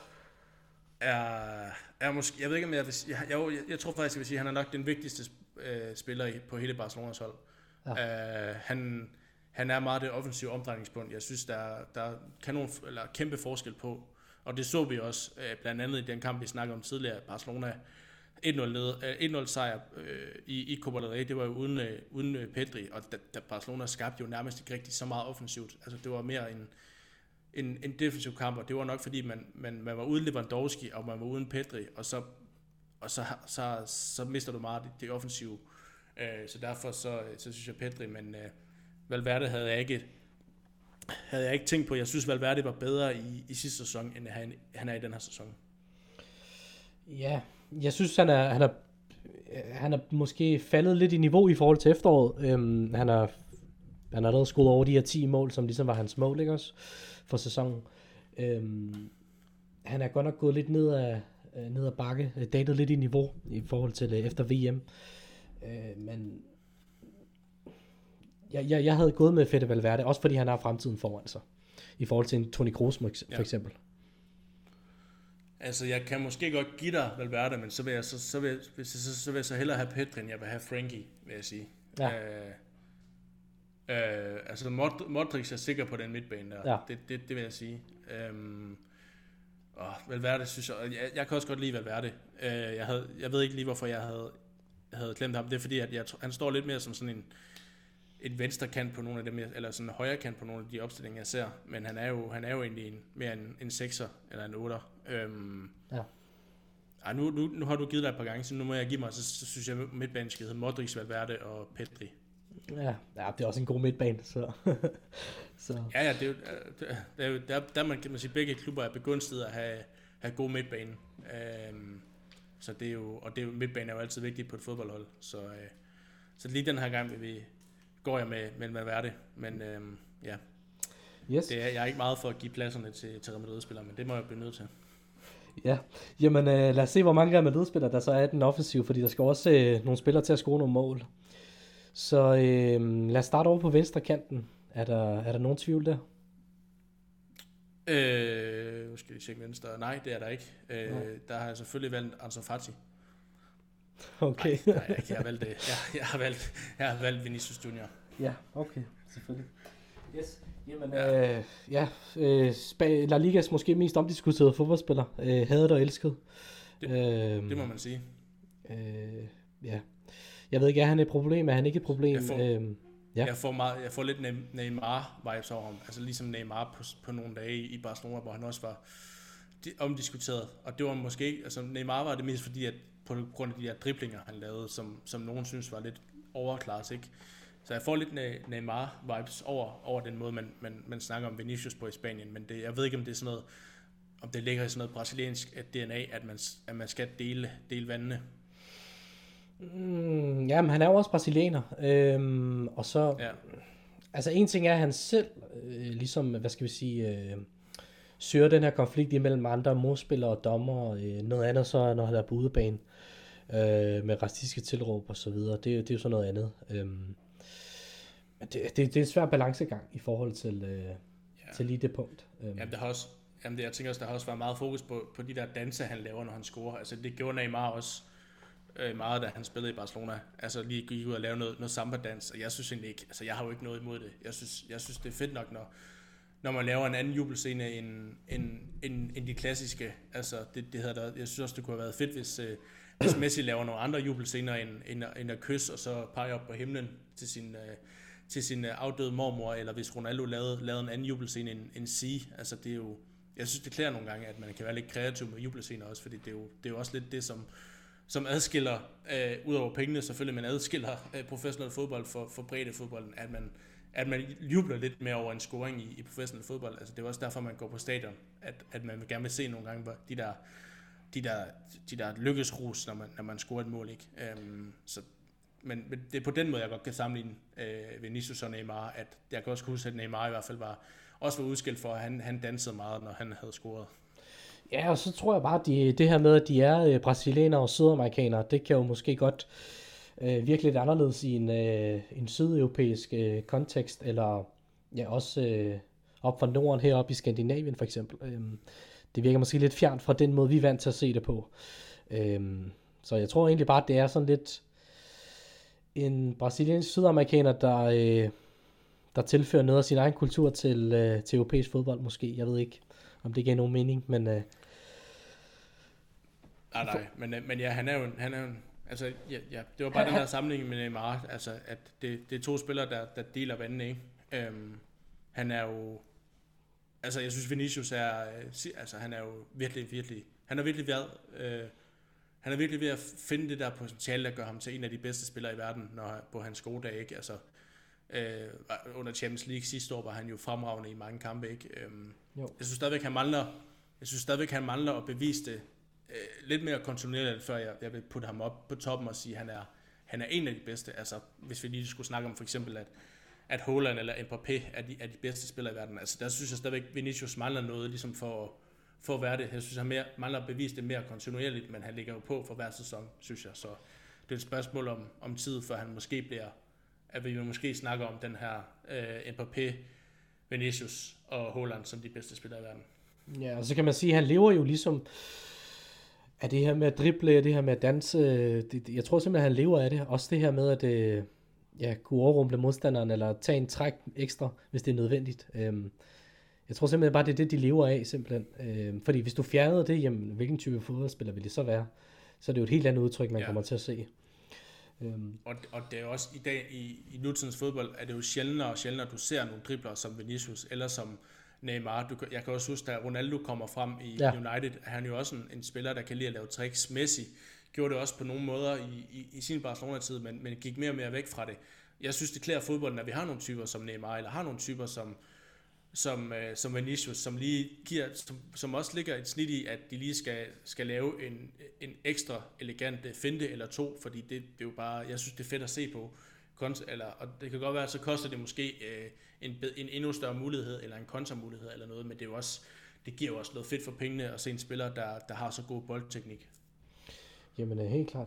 Speaker 3: er måske, jeg ved ikke, om jeg vil sige, jeg tror faktisk, jeg vil sige, at han er nok den vigtigste spiller på hele Barcelonas hold. Ja. Han er meget det offensive omdrejningspunkt. Jeg synes, der er kæmpe forskel på, og det så vi også blandt andet i den kamp, vi snakkede om tidligere, Barcelona 1-0 sejr i Copa del Rey, det var jo uden Pedri, og da Barcelona skabte jo nærmest ikke rigtig så meget offensivt. Altså det var mere en defensiv kamp, og det var nok fordi man var uden Lewandowski, og man var uden Pedri, og så mister du meget det offensive. Så derfor så synes jeg Pedri, men Valverde havde jeg ikke tænkt på. Jeg synes Valverde var bedre i sidste sæson, end han er i den her sæson.
Speaker 2: Ja, jeg synes han er måske faldet lidt i niveau i forhold til efteråret. Han har allerede skudt over de her 10 mål, som ligesom var hans mål, ikke også, for sæsonen. Han er godt nok gået lidt ned ad bakke, datet lidt i niveau i forhold til efter VM. Men jeg havde gået med Fede Valverde, også fordi han har fremtiden foran sig, i forhold til en Toni Kroos for eksempel.
Speaker 3: Altså, jeg kan måske godt give dig Valverde, men så vil jeg så hellere have Pedri, end jeg vil have Frankie, vil jeg sige. Ja. Altså, Modric er sikker på den midtbane der. Ja. Det vil jeg sige. Valverde synes jeg kan også godt lide Valverde. Jeg ved ikke lige, hvorfor jeg havde glemt ham. Det er fordi, at han står lidt mere som sådan en venstre kant på nogle af dem, eller sådan en højre kant på nogle af de opstillinger, jeg ser. Men han er jo egentlig mere en 6'er eller en 8'er. Ja. Nu har du givet dig et par gange, så nu må jeg give mig, så synes jeg, at midtbanen skal hedde Modric, Valverde og Pedri.
Speaker 2: Ja, det er også en god midtbane, så.
Speaker 3: Ja, det er jo der kan man sige, begge klubber er begunstiget at have god midtbane. Så det er jo, midtbane er jo altid vigtigt på et fodboldhold. Så lige den her gang går jeg med Valverde, men ja,
Speaker 2: Yes.
Speaker 3: jeg er ikke meget for at give pladserne til Real Madrid-spillere, men det må jeg blive nødt til.
Speaker 2: Ja, jamen lad os se, hvor mange Real Madrid-spillere der så er i den offensiv, fordi der skal også nogle spillere til at score nogle mål. Så lad os starte over på venstre kanten. Er der nogen tvivl der?
Speaker 3: Nu skal vi tjekke venstre. Nej, det er der ikke. Der har jeg selvfølgelig valgt Ansu Fati.
Speaker 2: Okay.
Speaker 3: Nej, jeg har valgt det. Jeg har valgt Vinicius Junior.
Speaker 2: Ja, okay, selvfølgelig. Yes. Jamen, La Ligas måske mest omdiskuterede fodboldspiller. Hadet og elsket.
Speaker 3: Det må man sige.
Speaker 2: Ja. Jeg ved ikke, er han et problem? Er han ikke et problem?
Speaker 3: Jeg får lidt Neymar-vibes over ham. Altså ligesom Neymar på nogle dage i Barcelona, hvor han også var omdiskuteret. Og det var måske ikke, altså Neymar var det mest fordi, at på grund af de der driblinger, han lavede, som nogen synes var lidt overklasse, ikke? Så jeg får lidt Neymar-vibes over den måde, man snakker om Vinicius på i Spanien. Men jeg ved ikke, om det er sådan noget, om det ligger i sådan noget brasiliansk DNA, at man skal dele vandene.
Speaker 2: Jamen, han er jo også brasilianer. Og så...
Speaker 3: Ja.
Speaker 2: Altså, en ting er, at han selv, ligesom, hvad skal vi sige... søger den her konflikt imellem andre modspillere og dommer. Noget andet så, når han er på udebane. Med racistiske tilråb og så videre. Det er jo sådan noget andet. Det er en svær balancegang i forhold til lige det punkt.
Speaker 3: Jeg tænker også, der har også været meget fokus på de der danse, han laver, når han scorer. Altså det gjorde Neymar også meget, da han spillede i Barcelona. Altså lige gik ud og lave noget samba-dans, og jeg synes egentlig ikke, altså jeg har jo ikke noget imod det. Jeg synes det er fedt nok, når man laver en anden jubelscene end de klassiske. Altså jeg synes også, det kunne have været fedt, hvis Messi laver nogle andre jubelscener end at kysse og så pege op på himlen til sin afdøde mormor, eller hvis Ronaldo lavede en anden jubelscene end sige. Altså det er jo, jeg synes det klæder nogle gange, at man kan være lidt kreativ med jubelscener også, fordi det er jo også lidt det, som adskiller, ud over pengene selvfølgelig, men adskiller professionel fodbold for bredde fodbolden, at man jubler lidt mere over en scoring i professionel fodbold. Altså det er også derfor, man går på stadion, at man gerne vil se nogle gange de der lykkesrus, når man scorer et mål, ikke? Men det er på den måde, jeg godt kan sammenligne Vinicius og Neymar, at jeg kan også huske, at Neymar i hvert fald var udskilt for, at han dansede meget, når han havde scoret.
Speaker 2: Ja, og så tror jeg bare, at det her med, at de er brasilianere og sydamerikanere, det kan jo måske godt virke lidt anderledes i en sydeuropæisk kontekst, eller ja, også op fra Norden, heroppe i Skandinavien for eksempel. Det virker måske lidt fjernt fra den måde, vi er vant til at se det på. Så jeg tror egentlig bare, at det er sådan lidt en brasiliansk sydamerikaner, der tilfører noget af sin egen kultur til europæisk fodbold måske. Jeg ved ikke, om det giver nogen mening, men...
Speaker 3: Nej, men ja, han er jo altså, ja, det var bare den der sammenligning med Neymar, altså, at det er to spillere, der deler vandene, ikke? Han er jo... Altså, jeg synes, Vinicius han er jo virkelig... Han er virkelig ved at finde det der potentiale, der gør ham til en af de bedste spillere i verden, på hans gode dag, ikke? Altså, under Champions League sidste år var han jo fremragende i mange kampe, ikke? Jeg synes stadigvæk, han mangler at bevise det lidt mere kontinuerligt, før jeg vil putte ham op på toppen og sige, at han er en af de bedste. Altså, hvis vi lige skulle snakke om for eksempel, at Haaland eller Mbappé er de bedste spillere i verden. Altså, der synes jeg stadigvæk, Vinicius mangler noget, ligesom for at være det. Jeg synes, han mangler at bevise det mere kontinuerligt, men han ligger jo på for hver sæson, synes jeg. Så det er et spørgsmål om tid, før han måske at vi måske snakker om den her Mbappé, Vinicius og Haaland som de bedste spillere i verden.
Speaker 2: Ja, og så kan man sige, at han lever jo ligesom af det her med at drible, det her med at danse. Jeg tror simpelthen, at han lever af det. Også det her med at kunne overrumple modstanderen, eller tage en træk ekstra, hvis det er nødvendigt. Jeg tror simpelthen bare, det er det, de lever af, simpelthen. Fordi hvis du fjernede det, jamen, hvilken type fodboldspiller vil det så være? Så er det jo et helt andet udtryk, man kommer til at se.
Speaker 3: Og det er jo også i dag, i nutidens fodbold, er det jo sjældnere, du ser nogle dribler som Vinicius, eller som Neymar. Jeg kan også huske, da Ronaldo kommer frem i United, er han jo også en spiller, der kan lide at lave tricks. Messi gjorde det også på nogle måder i sin Barcelona-tid, men gik mere og mere væk fra det. Jeg synes, det klæder fodbolden, at vi har nogle typer som Neymar, eller har nogle typer som Vinicius, som lige giver, som også ligger et snit i, at de lige skal lave en ekstra elegant finte eller to, fordi det er jo bare, jeg synes, det er fedt at se på og det kan godt være, at så koster det måske en endnu større mulighed, eller en kontramulighed eller noget, men det er jo også, det giver jo også noget fedt for pengene at se en spiller, der har så god boldteknik.
Speaker 2: Jamen helt klart.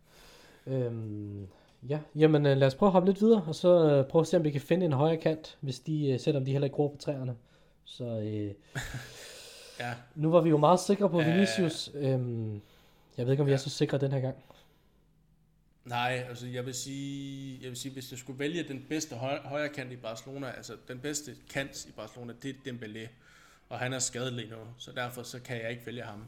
Speaker 2: Ja, jamen lad os prøve at hoppe lidt videre, og så prøve at se, om vi kan finde en højre kant, hvis selvom de heller ikke gror på træerne. Så
Speaker 3: Ja.
Speaker 2: nu var vi jo meget sikre på Vinicius. Jeg ved ikke, om vi er så sikre den her gang.
Speaker 3: Nej, altså jeg vil sige, hvis jeg skulle vælge den bedste højre kant i Barcelona, altså den bedste kant i Barcelona, det er Dembélé, og han er skadet lige nu, så derfor så kan jeg ikke vælge ham.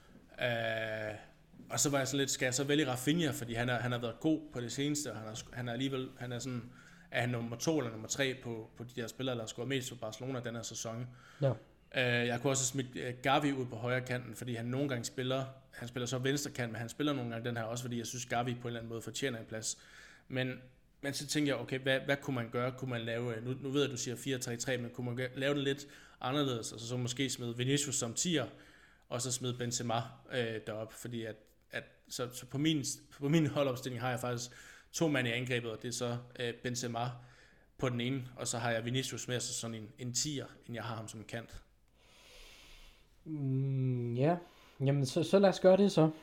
Speaker 3: Og så var jeg sådan lidt, skal jeg så vælge Rafinha, fordi han har været god på det seneste, og han er sådan, er han nummer 2 eller nummer 3 på de her spillere, der har scoret mest for Barcelona den her sæson.
Speaker 2: Ja.
Speaker 3: Jeg kunne også have smidt Gavi ud på højre kanten, fordi han nogle gange han spiller så venstre kant, men han spiller nogle gange den her også, fordi jeg synes Gavi på en eller anden måde fortjener en plads. Men så tænker jeg, okay, hvad kunne man gøre? Kunne man lave, nu ved jeg, at du siger 4-3-3, men kunne man lave det lidt anderledes, og så måske smide Vinicius som 10'er, og så smide Benzema derop, fordi så på min holdopstilling har jeg faktisk 2 mand i angrebet, og det er så Benzema på den ene, og så har jeg Vinicius med, så sådan en 10'er, end jeg har ham som en kant.
Speaker 2: Ja, jamen så lad os gøre det så.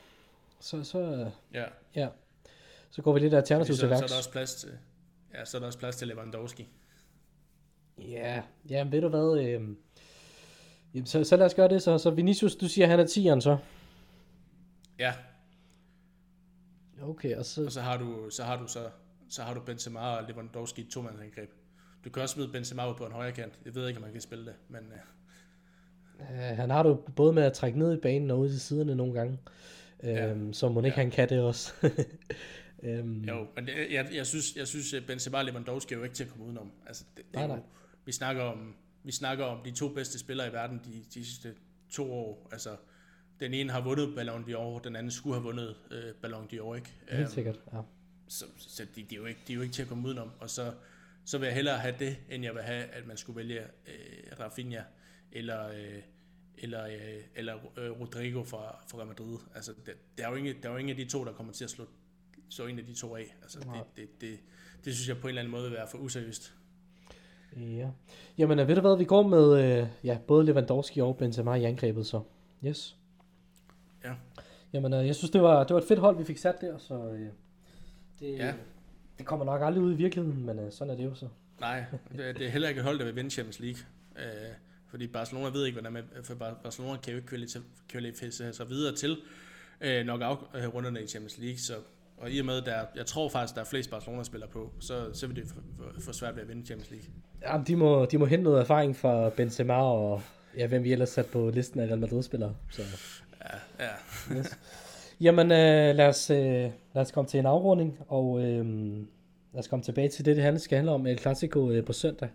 Speaker 2: Ja. Så går vi lidt alternativ til værks.
Speaker 3: Så er der også plads til Lewandowski.
Speaker 2: Ja, ved du hvad? Jamen, så lad os gøre det så. Så Vinicius, du siger, han er 10'eren så?
Speaker 3: Ja.
Speaker 2: Okay, og
Speaker 3: så har du Benzema og Lewandowski i 2-mandsangreb. Du kan også smide Benzema ud på en højre kant. Jeg ved ikke, om man kan spille det, men
Speaker 2: han har du både med at trække ned i banen og ud til siderne nogle gange. Så må ikke han kan det også.
Speaker 3: Jo, men jeg synes Benzema og Lewandowski er jo ikke til at komme udenom. Altså,
Speaker 2: Nej.
Speaker 3: Vi snakker om de 2 bedste spillere i verden de sidste 2 år. Altså, den ene har vundet Ballon d'Or, den anden skulle have vundet Ballon d'Or, ikke?
Speaker 2: Helt sikkert, ja.
Speaker 3: Så de er jo ikke til at komme udenom. Og så vil jeg hellere have det, end jeg vil have, at man skulle vælge Rafinha eller Rodrigo fra Real Madrid. Altså, der er jo ingen af de 2, der kommer til at slå en af de 2 af. Altså, det synes jeg på en eller anden måde vil være for useriøst.
Speaker 2: Ja. Jamen, ved du hvad, vi går med både Lewandowski og Benzema i angrebet, så. Yes.
Speaker 3: Ja.
Speaker 2: Jamen, jeg synes, det var et fedt hold, vi fik sat der, så det kommer nok aldrig ud i virkeligheden, men sådan er det jo så. Nej,
Speaker 3: det er heller ikke et hold, der vil vinde Champions League. Fordi Barcelona ved ikke, hvordan for Barcelona kan jo ikke kvalificere sig videre til knockout-runderne i Champions League, så og i og med, jeg tror faktisk, der er flest Barcelona-spillere på, så vil det få svært ved at vinde Champions League.
Speaker 2: Jamen, de må hente noget erfaring fra Benzema og hvem vi ellers sat på listen af Real Madrid-spillere. Så.
Speaker 3: Ja.
Speaker 2: Yes. Jamen, lad os komme til en afrunding, og lad os komme tilbage til det skal handle om El Clasico på søndag.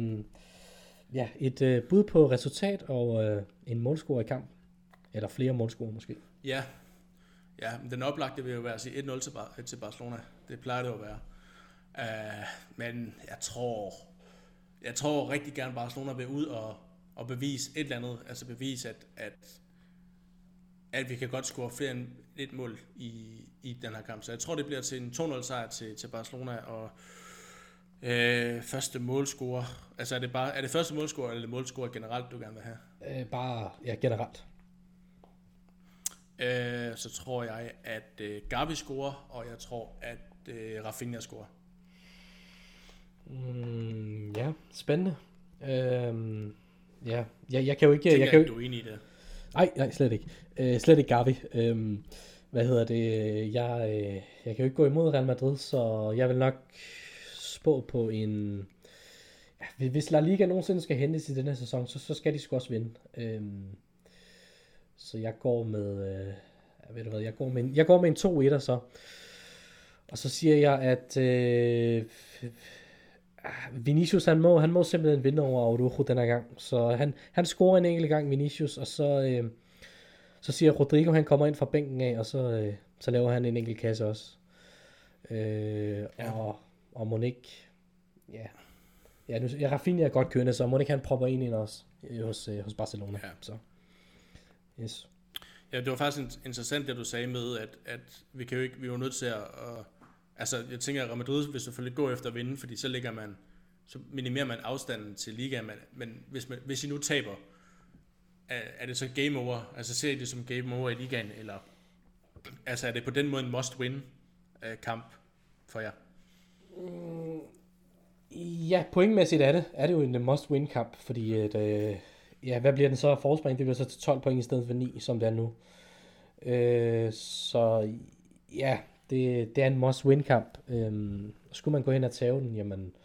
Speaker 2: Et bud på resultat og en målscore i kamp. Eller flere målscorer måske.
Speaker 3: Ja, den oplagte vil jo være at sige 1-0 til Barcelona. Det plejer det jo at være. Men jeg tror rigtig gerne Barcelona vil ud og bevise et eller andet. Altså bevise, at vi kan godt score flere end et mål i den her kamp. Så jeg tror, det bliver til en 2-0 sejr til Barcelona. Og første målscorer. Altså er det første målscorer eller målscorer generelt, du gerne vil have?
Speaker 2: Bare generelt.
Speaker 3: Så tror jeg, at Gavi scorer, og jeg tror, at Rafinha scorer.
Speaker 2: Ja, spændende. Jeg kan jo ikke...
Speaker 3: Jeg kan du er enig i det?
Speaker 2: Nej, slet ikke. Slet ikke Gavi. Jeg kan jo ikke gå imod Real Madrid, så jeg vil nok spå på en... Hvis La Liga nogensinde skal hentes i den her sæson, så skal de sgu også vinde. Så jeg går med... jeg går med en 2-1'er så. Og så siger jeg, at Vinicius, han må simpelthen vinde over Araujo den her gang. Så han scorer en enkelt gang, Vinicius, og så siger Rodrigo, han kommer ind fra bænken af, og så laver han en enkelt kasse også. Og Monique, Rafinha er godt kørende, så Monique han propper ind også hos Barcelona. Ja. Så. Yes.
Speaker 3: Ja, det var faktisk interessant det du sagde med, at vi er jo nødt til Altså, jeg tænker, at Real Madrid vil selvfølgelig gå efter at vinde, fordi så minimerer man afstanden til ligaen, men hvis I nu taber, er det så game over? Altså, ser I det som game over i ligaen, eller altså, er det på den måde en must-win kamp for jer?
Speaker 2: Ja, pointmæssigt er det jo en must-win kamp, fordi hvad bliver den så? Forspring, det bliver så til 12 point i stedet for 9, som det er nu. Så ja, det er en must-win kamp. Skulle man gå hen og tage den, jamen,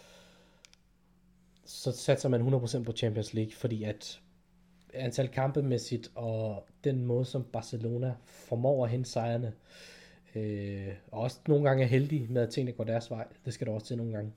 Speaker 2: så satser man 100% på Champions League, fordi at antal kampemæssigt og den måde, som Barcelona formår at hente sejrene, og også nogle gange er heldige med, at tingene går deres vej, det skal der også til nogle gange,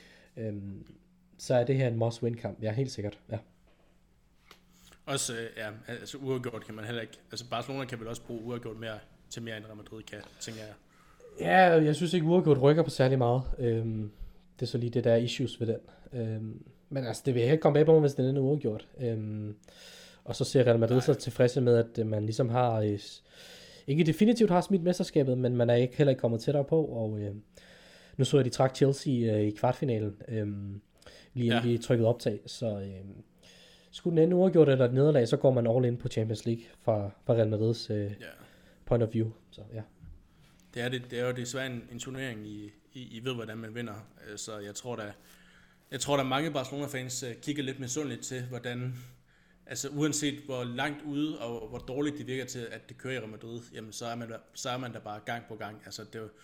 Speaker 2: så er det her en must-win kamp, ja, helt sikkert, ja.
Speaker 3: Også, altså uafgjort kan man heller ikke, altså Barcelona kan vel også bruge uafgjort mere til mere end Real Madrid kan, tænker jeg.
Speaker 2: Ja, jeg synes ikke uafgjort rykker på særlig meget, det er så lige det, der er issues ved den, men altså det vil jeg ikke komme bag på, hvis den er uafgjort, og så ser Real Madrid så tilfredse med, at man ligesom har, ikke definitivt har smidt mesterskabet, men man er ikke heller ikke kommet tættere på, og nu så jeg, de trak Chelsea i kvartfinalen, lige inden de trykkede optag, så skulle den ende uafgjort eller et nederlag, så går man all in på Champions League fra Real Madrids point of view, så ja.
Speaker 3: Det er jo desværre en turnering, I ved, hvordan man vinder, så jeg tror, der mange Barcelona-fans kigger lidt misundeligt til, hvordan, altså uanset hvor langt ude og hvor dårligt det virker til, at det kører i Real Madrid, jamen så er man der bare gang på gang. Altså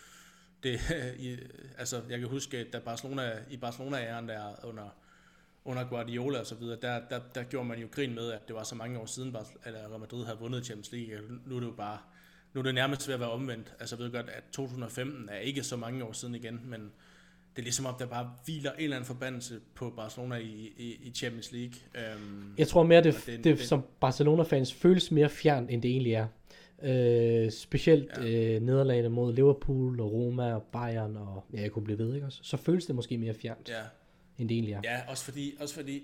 Speaker 3: altså jeg kan huske, da Barcelona-æren der under Guardiola og så videre, der gjorde man jo grin med, at det var så mange år siden, at Real Madrid havde vundet Champions League. Nu er det nærmest ved at være omvendt. Altså jeg ved godt, at 2015 er ikke så mange år siden igen, men det er ligesom om, der bare hviler en eller anden forbandelse på Barcelona i Champions League.
Speaker 2: Jeg tror mere, det som Barcelona-fans føles mere fjern, end det egentlig er. Specielt nederlagene mod Liverpool og Roma og Bayern og jeg kunne blive ved, ikke også? Så føles det måske mere fjernt, end det egentlig er.
Speaker 3: Ja, også fordi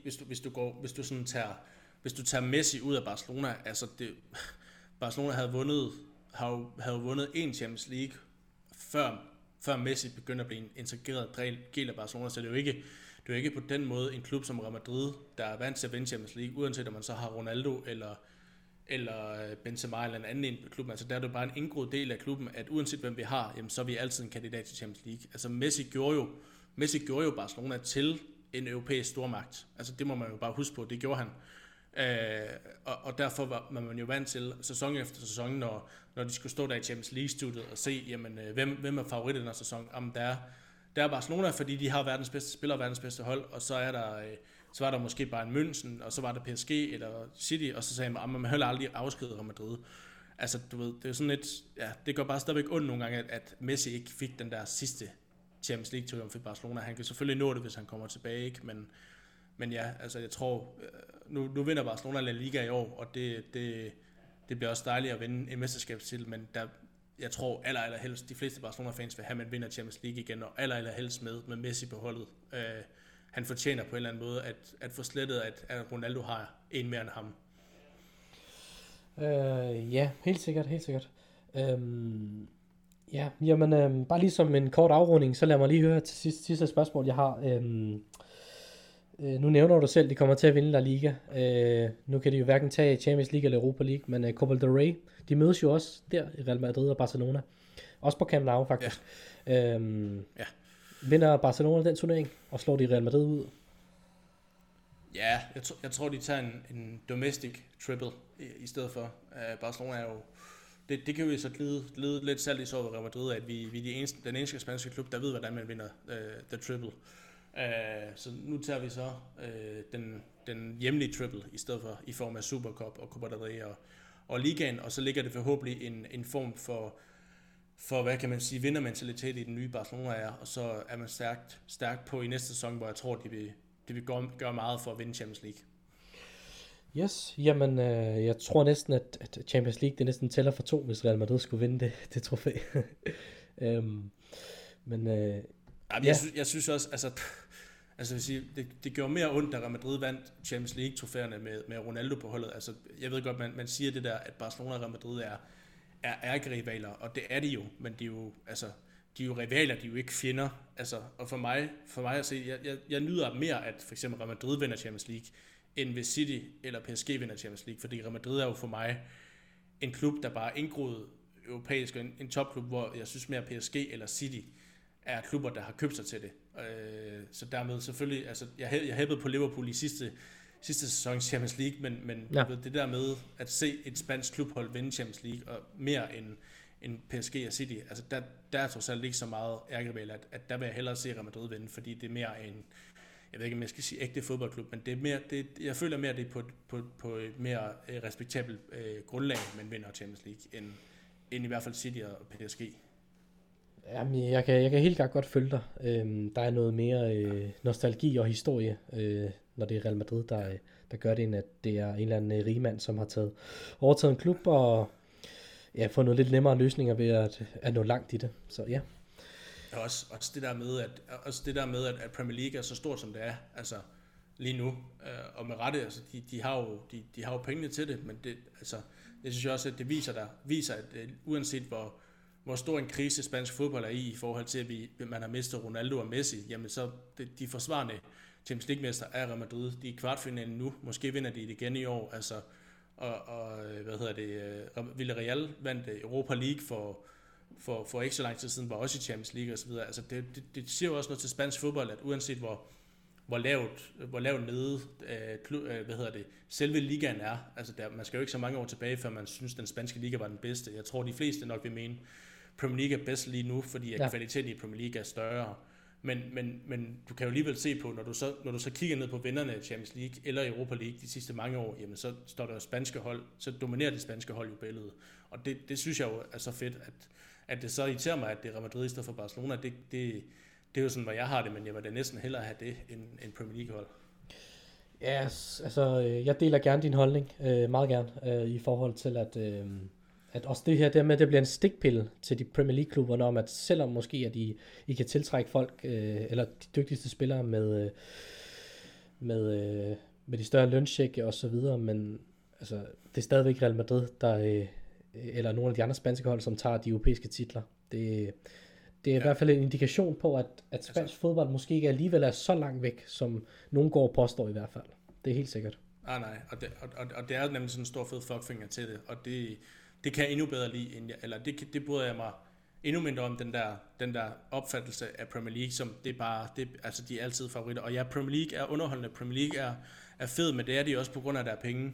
Speaker 3: hvis du tager Messi ud af Barcelona, altså Barcelona havde vundet en Champions League før Messi begyndte at blive en integreret del af Barcelona, så det er jo ikke på den måde en klub som Real Madrid, der er vant til at vinde Champions League, uanset om man så har Ronaldo eller Benzema eller en anden i klubben. Altså der er det bare en indgroet del af klubben, at uanset hvem vi har, jamen, så er vi altid en kandidat til Champions League. Altså Messi gjorde jo Barcelona til en europæisk stormagt. Altså det må man jo bare huske på, det gjorde han. Og derfor var man jo vant til sæson efter sæson, når de skulle stå der i Champions League-studiet og se, jamen, hvem er favorit i den her sæson. Jamen, der er Barcelona, fordi de har verdens bedste spillere og verdens bedste hold, og så var der måske bare en München, og så var der PSG eller City, og så sagde man heller aldrig afskede Real Madrid. Altså, du ved, det er sådan lidt, det går bare stadigvæk ondt nogle gange, at Messi ikke fik den der sidste Champions League-triumf i Barcelona. Han kan selvfølgelig nå det, hvis han kommer tilbage, ikke? Men ja, altså jeg tror, nu vinder Barcelona La Liga i år, og det bliver også dejligt at vinde en mesterskabstitel, men jeg tror allerhelst, de fleste Barcelona-fans vil have, at man vinder Champions League igen, og allerhelst med Messi på holdet. Han fortjener på en eller anden måde at få slettet, at Ronaldo har en mere end ham.
Speaker 2: Ja, helt sikkert. Ja, jamen bare lige som en kort afrunding, så lad mig lige høre til sidste spørgsmål, jeg har. Nu nævner du selv, de kommer til at vinde La Liga. Nu kan de jo hverken tage Champions League eller Europa League, men Copa del Rey, de mødes jo også der i Real Madrid og Barcelona. Også på Camp Nou faktisk. Ja. Vinder Barcelona den turnering, og slår de Real Madrid ud?
Speaker 3: Ja, jeg tror de tager en domestic triple i stedet for. Barcelona er jo... Det kan jo så glide lidt salt i så ved Real Madrid, at vi er den eneste spanske klub, der ved, hvordan man vinder the triple. Så nu tager vi så den hjemlige triple i stedet for, i form af Supercup og Copa del Rey og Ligaen, og så ligger det forhåbentlig en form for hvad kan man sige, vindermentalitet i den nye Barcelona er, og så er man stærkt på i næste sæson, hvor jeg tror, de vil gøre meget for at vinde Champions League.
Speaker 2: Yes, jamen jeg tror næsten, at Champions League det næsten tæller for 2, hvis Real Madrid skulle vinde det trofæ.
Speaker 3: Jeg synes også, altså vil sige, det gjorde mere ondt, da Real Madrid vandt Champions League trofæerne med Ronaldo på holdet. Altså, jeg ved godt, man siger det der, at Barcelona og Real Madrid er ærkerivaler, og det er de jo, men de er jo, altså, de er jo rivaler, de er jo ikke fjender. Altså, og for mig at se, jeg nyder mere, at for eksempel Real Madrid vinder Champions League, end hvis City eller PSG vinder Champions League, fordi Real Madrid er jo for mig en klub, der bare er indgroet europæisk, en topklub, hvor jeg synes mere PSG eller City er klubber, der har købt sig til det. Så dermed selvfølgelig, altså jeg hæppede på Liverpool i sidste sæson Champions League, men det der med at se et spansk klubhold vinde Champions League, og mere end PSG og City, altså der er trods alt ikke så meget ærgerrival, at der vil jeg hellere se Real Madrid vinde, fordi det er mere en, jeg ved ikke om jeg skal sige ægte fodboldklub, men det er mere, jeg føler mere, det er på et mere respektabelt grundlag, man vinder Champions League, end i hvert fald City og PSG.
Speaker 2: Jamen, jeg kan helt godt følge dig. Der er noget mere nostalgi og historie, når det er Real Madrid, der gør det, end at det er en eller anden rigmand, som har overtaget en klub og fundet lidt nemmere løsninger ved at nå langt i det. Så ja.
Speaker 3: Også det der med, at Premier League er så stort, som det er, altså lige nu, og med rette, altså de har jo pengene til det, men det, altså, jeg synes også, at det viser, at uanset hvor stor en krise spansk fodbold er i forhold til, at man har mistet Ronaldo og Messi, jamen så de forsvarende Champions League-mester er Real Madrid. De er i kvartfinalen nu, måske vinder de det igen i år, altså, og Villarreal vandt Europa League for ikke så lang tid siden, var også i Champions League osv. Altså det siger jo også noget til spansk fodbold, at uanset hvor lavt nede selve ligaen er, altså man skal jo ikke så mange år tilbage, før man synes, den spanske liga var den bedste. Jeg tror, de fleste nok vil mene, Premier League er bedst lige nu, fordi kvaliteten i Premier League er større. Men du kan jo alligevel se på, når du så kigger ned på vinderne af Champions League eller Europa League de sidste mange år, jamen så står der jo spanske hold, så dominerer det spanske hold jo billedet. Og det synes jeg jo er så fedt, at det så irriterer mig, at det er Real Madrid i stedet for Barcelona. Det er jo sådan, hvor jeg har det, men jeg vil da næsten hellere have det end Premier League-hold.
Speaker 2: Ja, altså jeg deler gerne din holdning, meget gerne, i forhold til at også det her dermed, det bliver en stikpille til de Premier League-klubberne om, at selvom måske at I kan tiltrække folk, eller de dygtigste spillere med de større løncheck og så videre, men altså, det er stadigvæk Real Madrid, der, eller nogle af de andre spanske hold, som tager de europæiske titler. Det er i hvert fald en indikation på, at spansk fodbold måske ikke alligevel er så langt væk, som nogen går og påstår i hvert fald. Det er helt sikkert.
Speaker 3: Nej, og det er nemlig sådan en stor fed fuckfinger til det, og det kan jeg endnu bedre lide, det bryder jeg mig endnu mindre om, den der opfattelse af Premier League, som altså de er altid favoritter. Og ja, Premier League er underholdende, Premier League er fed, men det er de også på grund af, at der er penge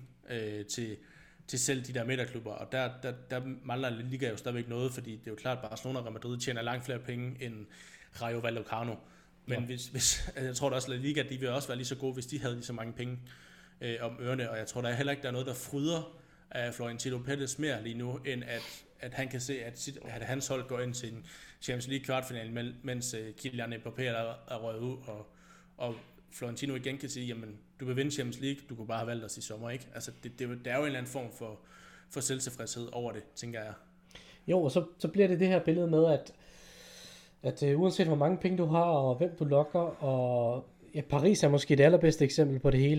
Speaker 3: til selv de der midterklubber, og der mangler Liga jo stadigvæk noget, fordi det er jo klart, at Barcelona og Real Madrid tjener langt flere penge end Rayo Vallecano. Men hvis jeg tror da også, at Liga, de vil også være lige så gode, hvis de havde lige så mange penge om ørerne, og jeg tror da heller ikke, der er noget, der fryder af Florentino Pérez mere lige nu, end at han kan se, at hans hold går ind til en Champions League kvartfinale, mens Kylian Mbappé er røget ud, og Florentino igen kan sige, jamen, du vil vinde Champions League, du kunne bare have valgt os i sommer, ikke? Altså, der er jo en eller anden form for selvtilfredshed over det, tænker jeg. Jo,
Speaker 2: og så bliver det her billede med, at uanset hvor mange penge du har, og hvem du lokker, og ja, Paris er måske det allerbedste eksempel på det hele,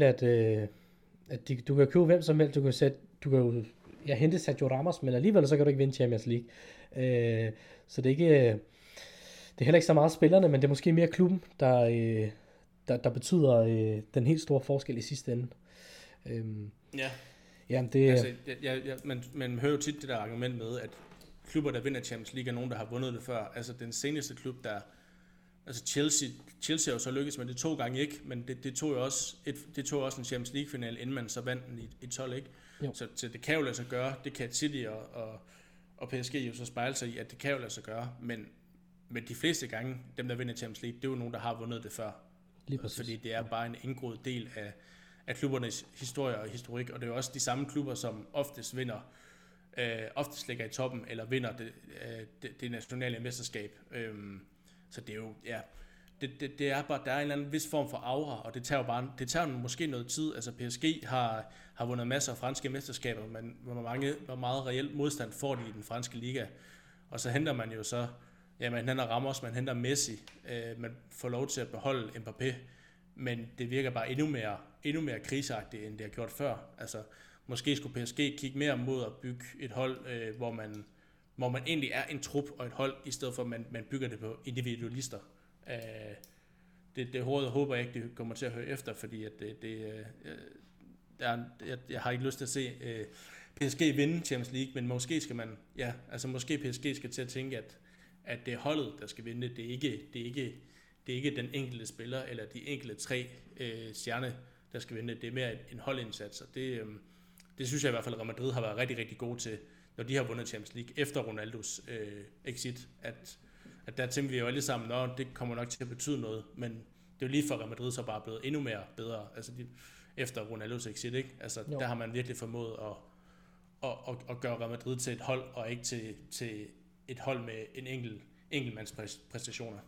Speaker 2: at du kan købe hvem som helst, du kan jo hente Sergio Ramos, men alligevel så kan du ikke vinde Champions League. Så det er ikke, det er heller ikke så meget spillerne, men det er måske mere klubben, der betyder den helt store forskel i sidste ende.
Speaker 3: Ja.
Speaker 2: Jamen det.
Speaker 3: Altså, man hører jo tit det der argument med, at klubber, der vinder Champions League, er nogen, der har vundet det før. Altså den seneste klub, altså Chelsea har jo så lykkes med det 2 gange, ikke? Men det tog jo også en Champions League-final, inden man så vandt den i 12, ikke? Så det kan jo lade sig gøre. Det kan City og PSG jo så spejle sig i, at det kan jo lade sig gøre. Men de fleste gange, dem der vinder Champions League, det er jo nogen, der har vundet det før. Fordi det er bare en indgroet del af klubbernes historie og historik, og det er jo også de samme klubber, som oftest ligger i toppen, eller vinder det nationale mesterskab. Så det er jo, ja, det er bare, der er en eller anden vis form for aura, og det tager måske noget tid. Altså PSG har vundet masser af franske mesterskaber, men hvor meget reelt modstand får de i den franske liga. Og så henter man jo så, ja, man henter Ramos, man henter Messi, man får lov til at beholde Mbappé, men det virker bare endnu mere kriseagtigt, end det har gjort før. Altså, måske skulle PSG kigge mere mod at bygge et hold, hvor man egentlig er en trup og et hold, i stedet for at man bygger det på individualister. Det håber jeg ikke, det kommer til at høre efter, fordi at jeg har ikke lyst til at se PSG vinde Champions League, men måske skal man, måske PSG skal til at tænke, at det er holdet, der skal vinde. Det er ikke den enkelte spiller, eller de enkelte 3 stjerne, der skal vinde. Det er mere en holdindsats, og det synes jeg i hvert fald, at Real Madrid har været rigtig, rigtig gode til, når de har vundet Champions League efter Ronaldos exit, at der tænker vi jo alle sammen, det kommer nok til at betyde noget, men det er jo lige for Real Madrid så bare blevet endnu mere bedre, altså efter Ronaldos exit, ikke? Altså der har man virkelig formået at gøre Real Madrid til et hold, og ikke til et hold med en enkeltmands præstationer.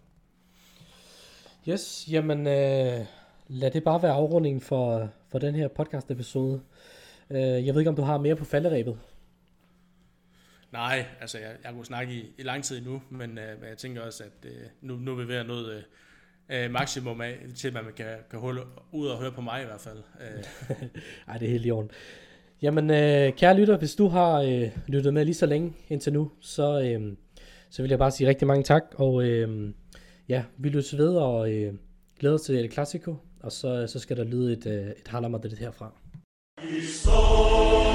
Speaker 2: Yes, jamen lad det bare være afrundingen for den her podcast episode. Jeg ved ikke, om du har mere på falderebet?
Speaker 3: Nej, altså jeg kunne snakke i lang tid endnu, men jeg tænker også, at nu er vi ved at nå maksimum af, til at man kan holde ud og høre på mig i hvert fald.
Speaker 2: Ej, det er helt i orden. Jamen, kære lytter, hvis du har lyttet med lige så længe indtil nu, så vil jeg bare sige rigtig mange tak, og vi lyttes ved og glæder os til El Clasico, og så skal der lyde et Hala Madrid herfra.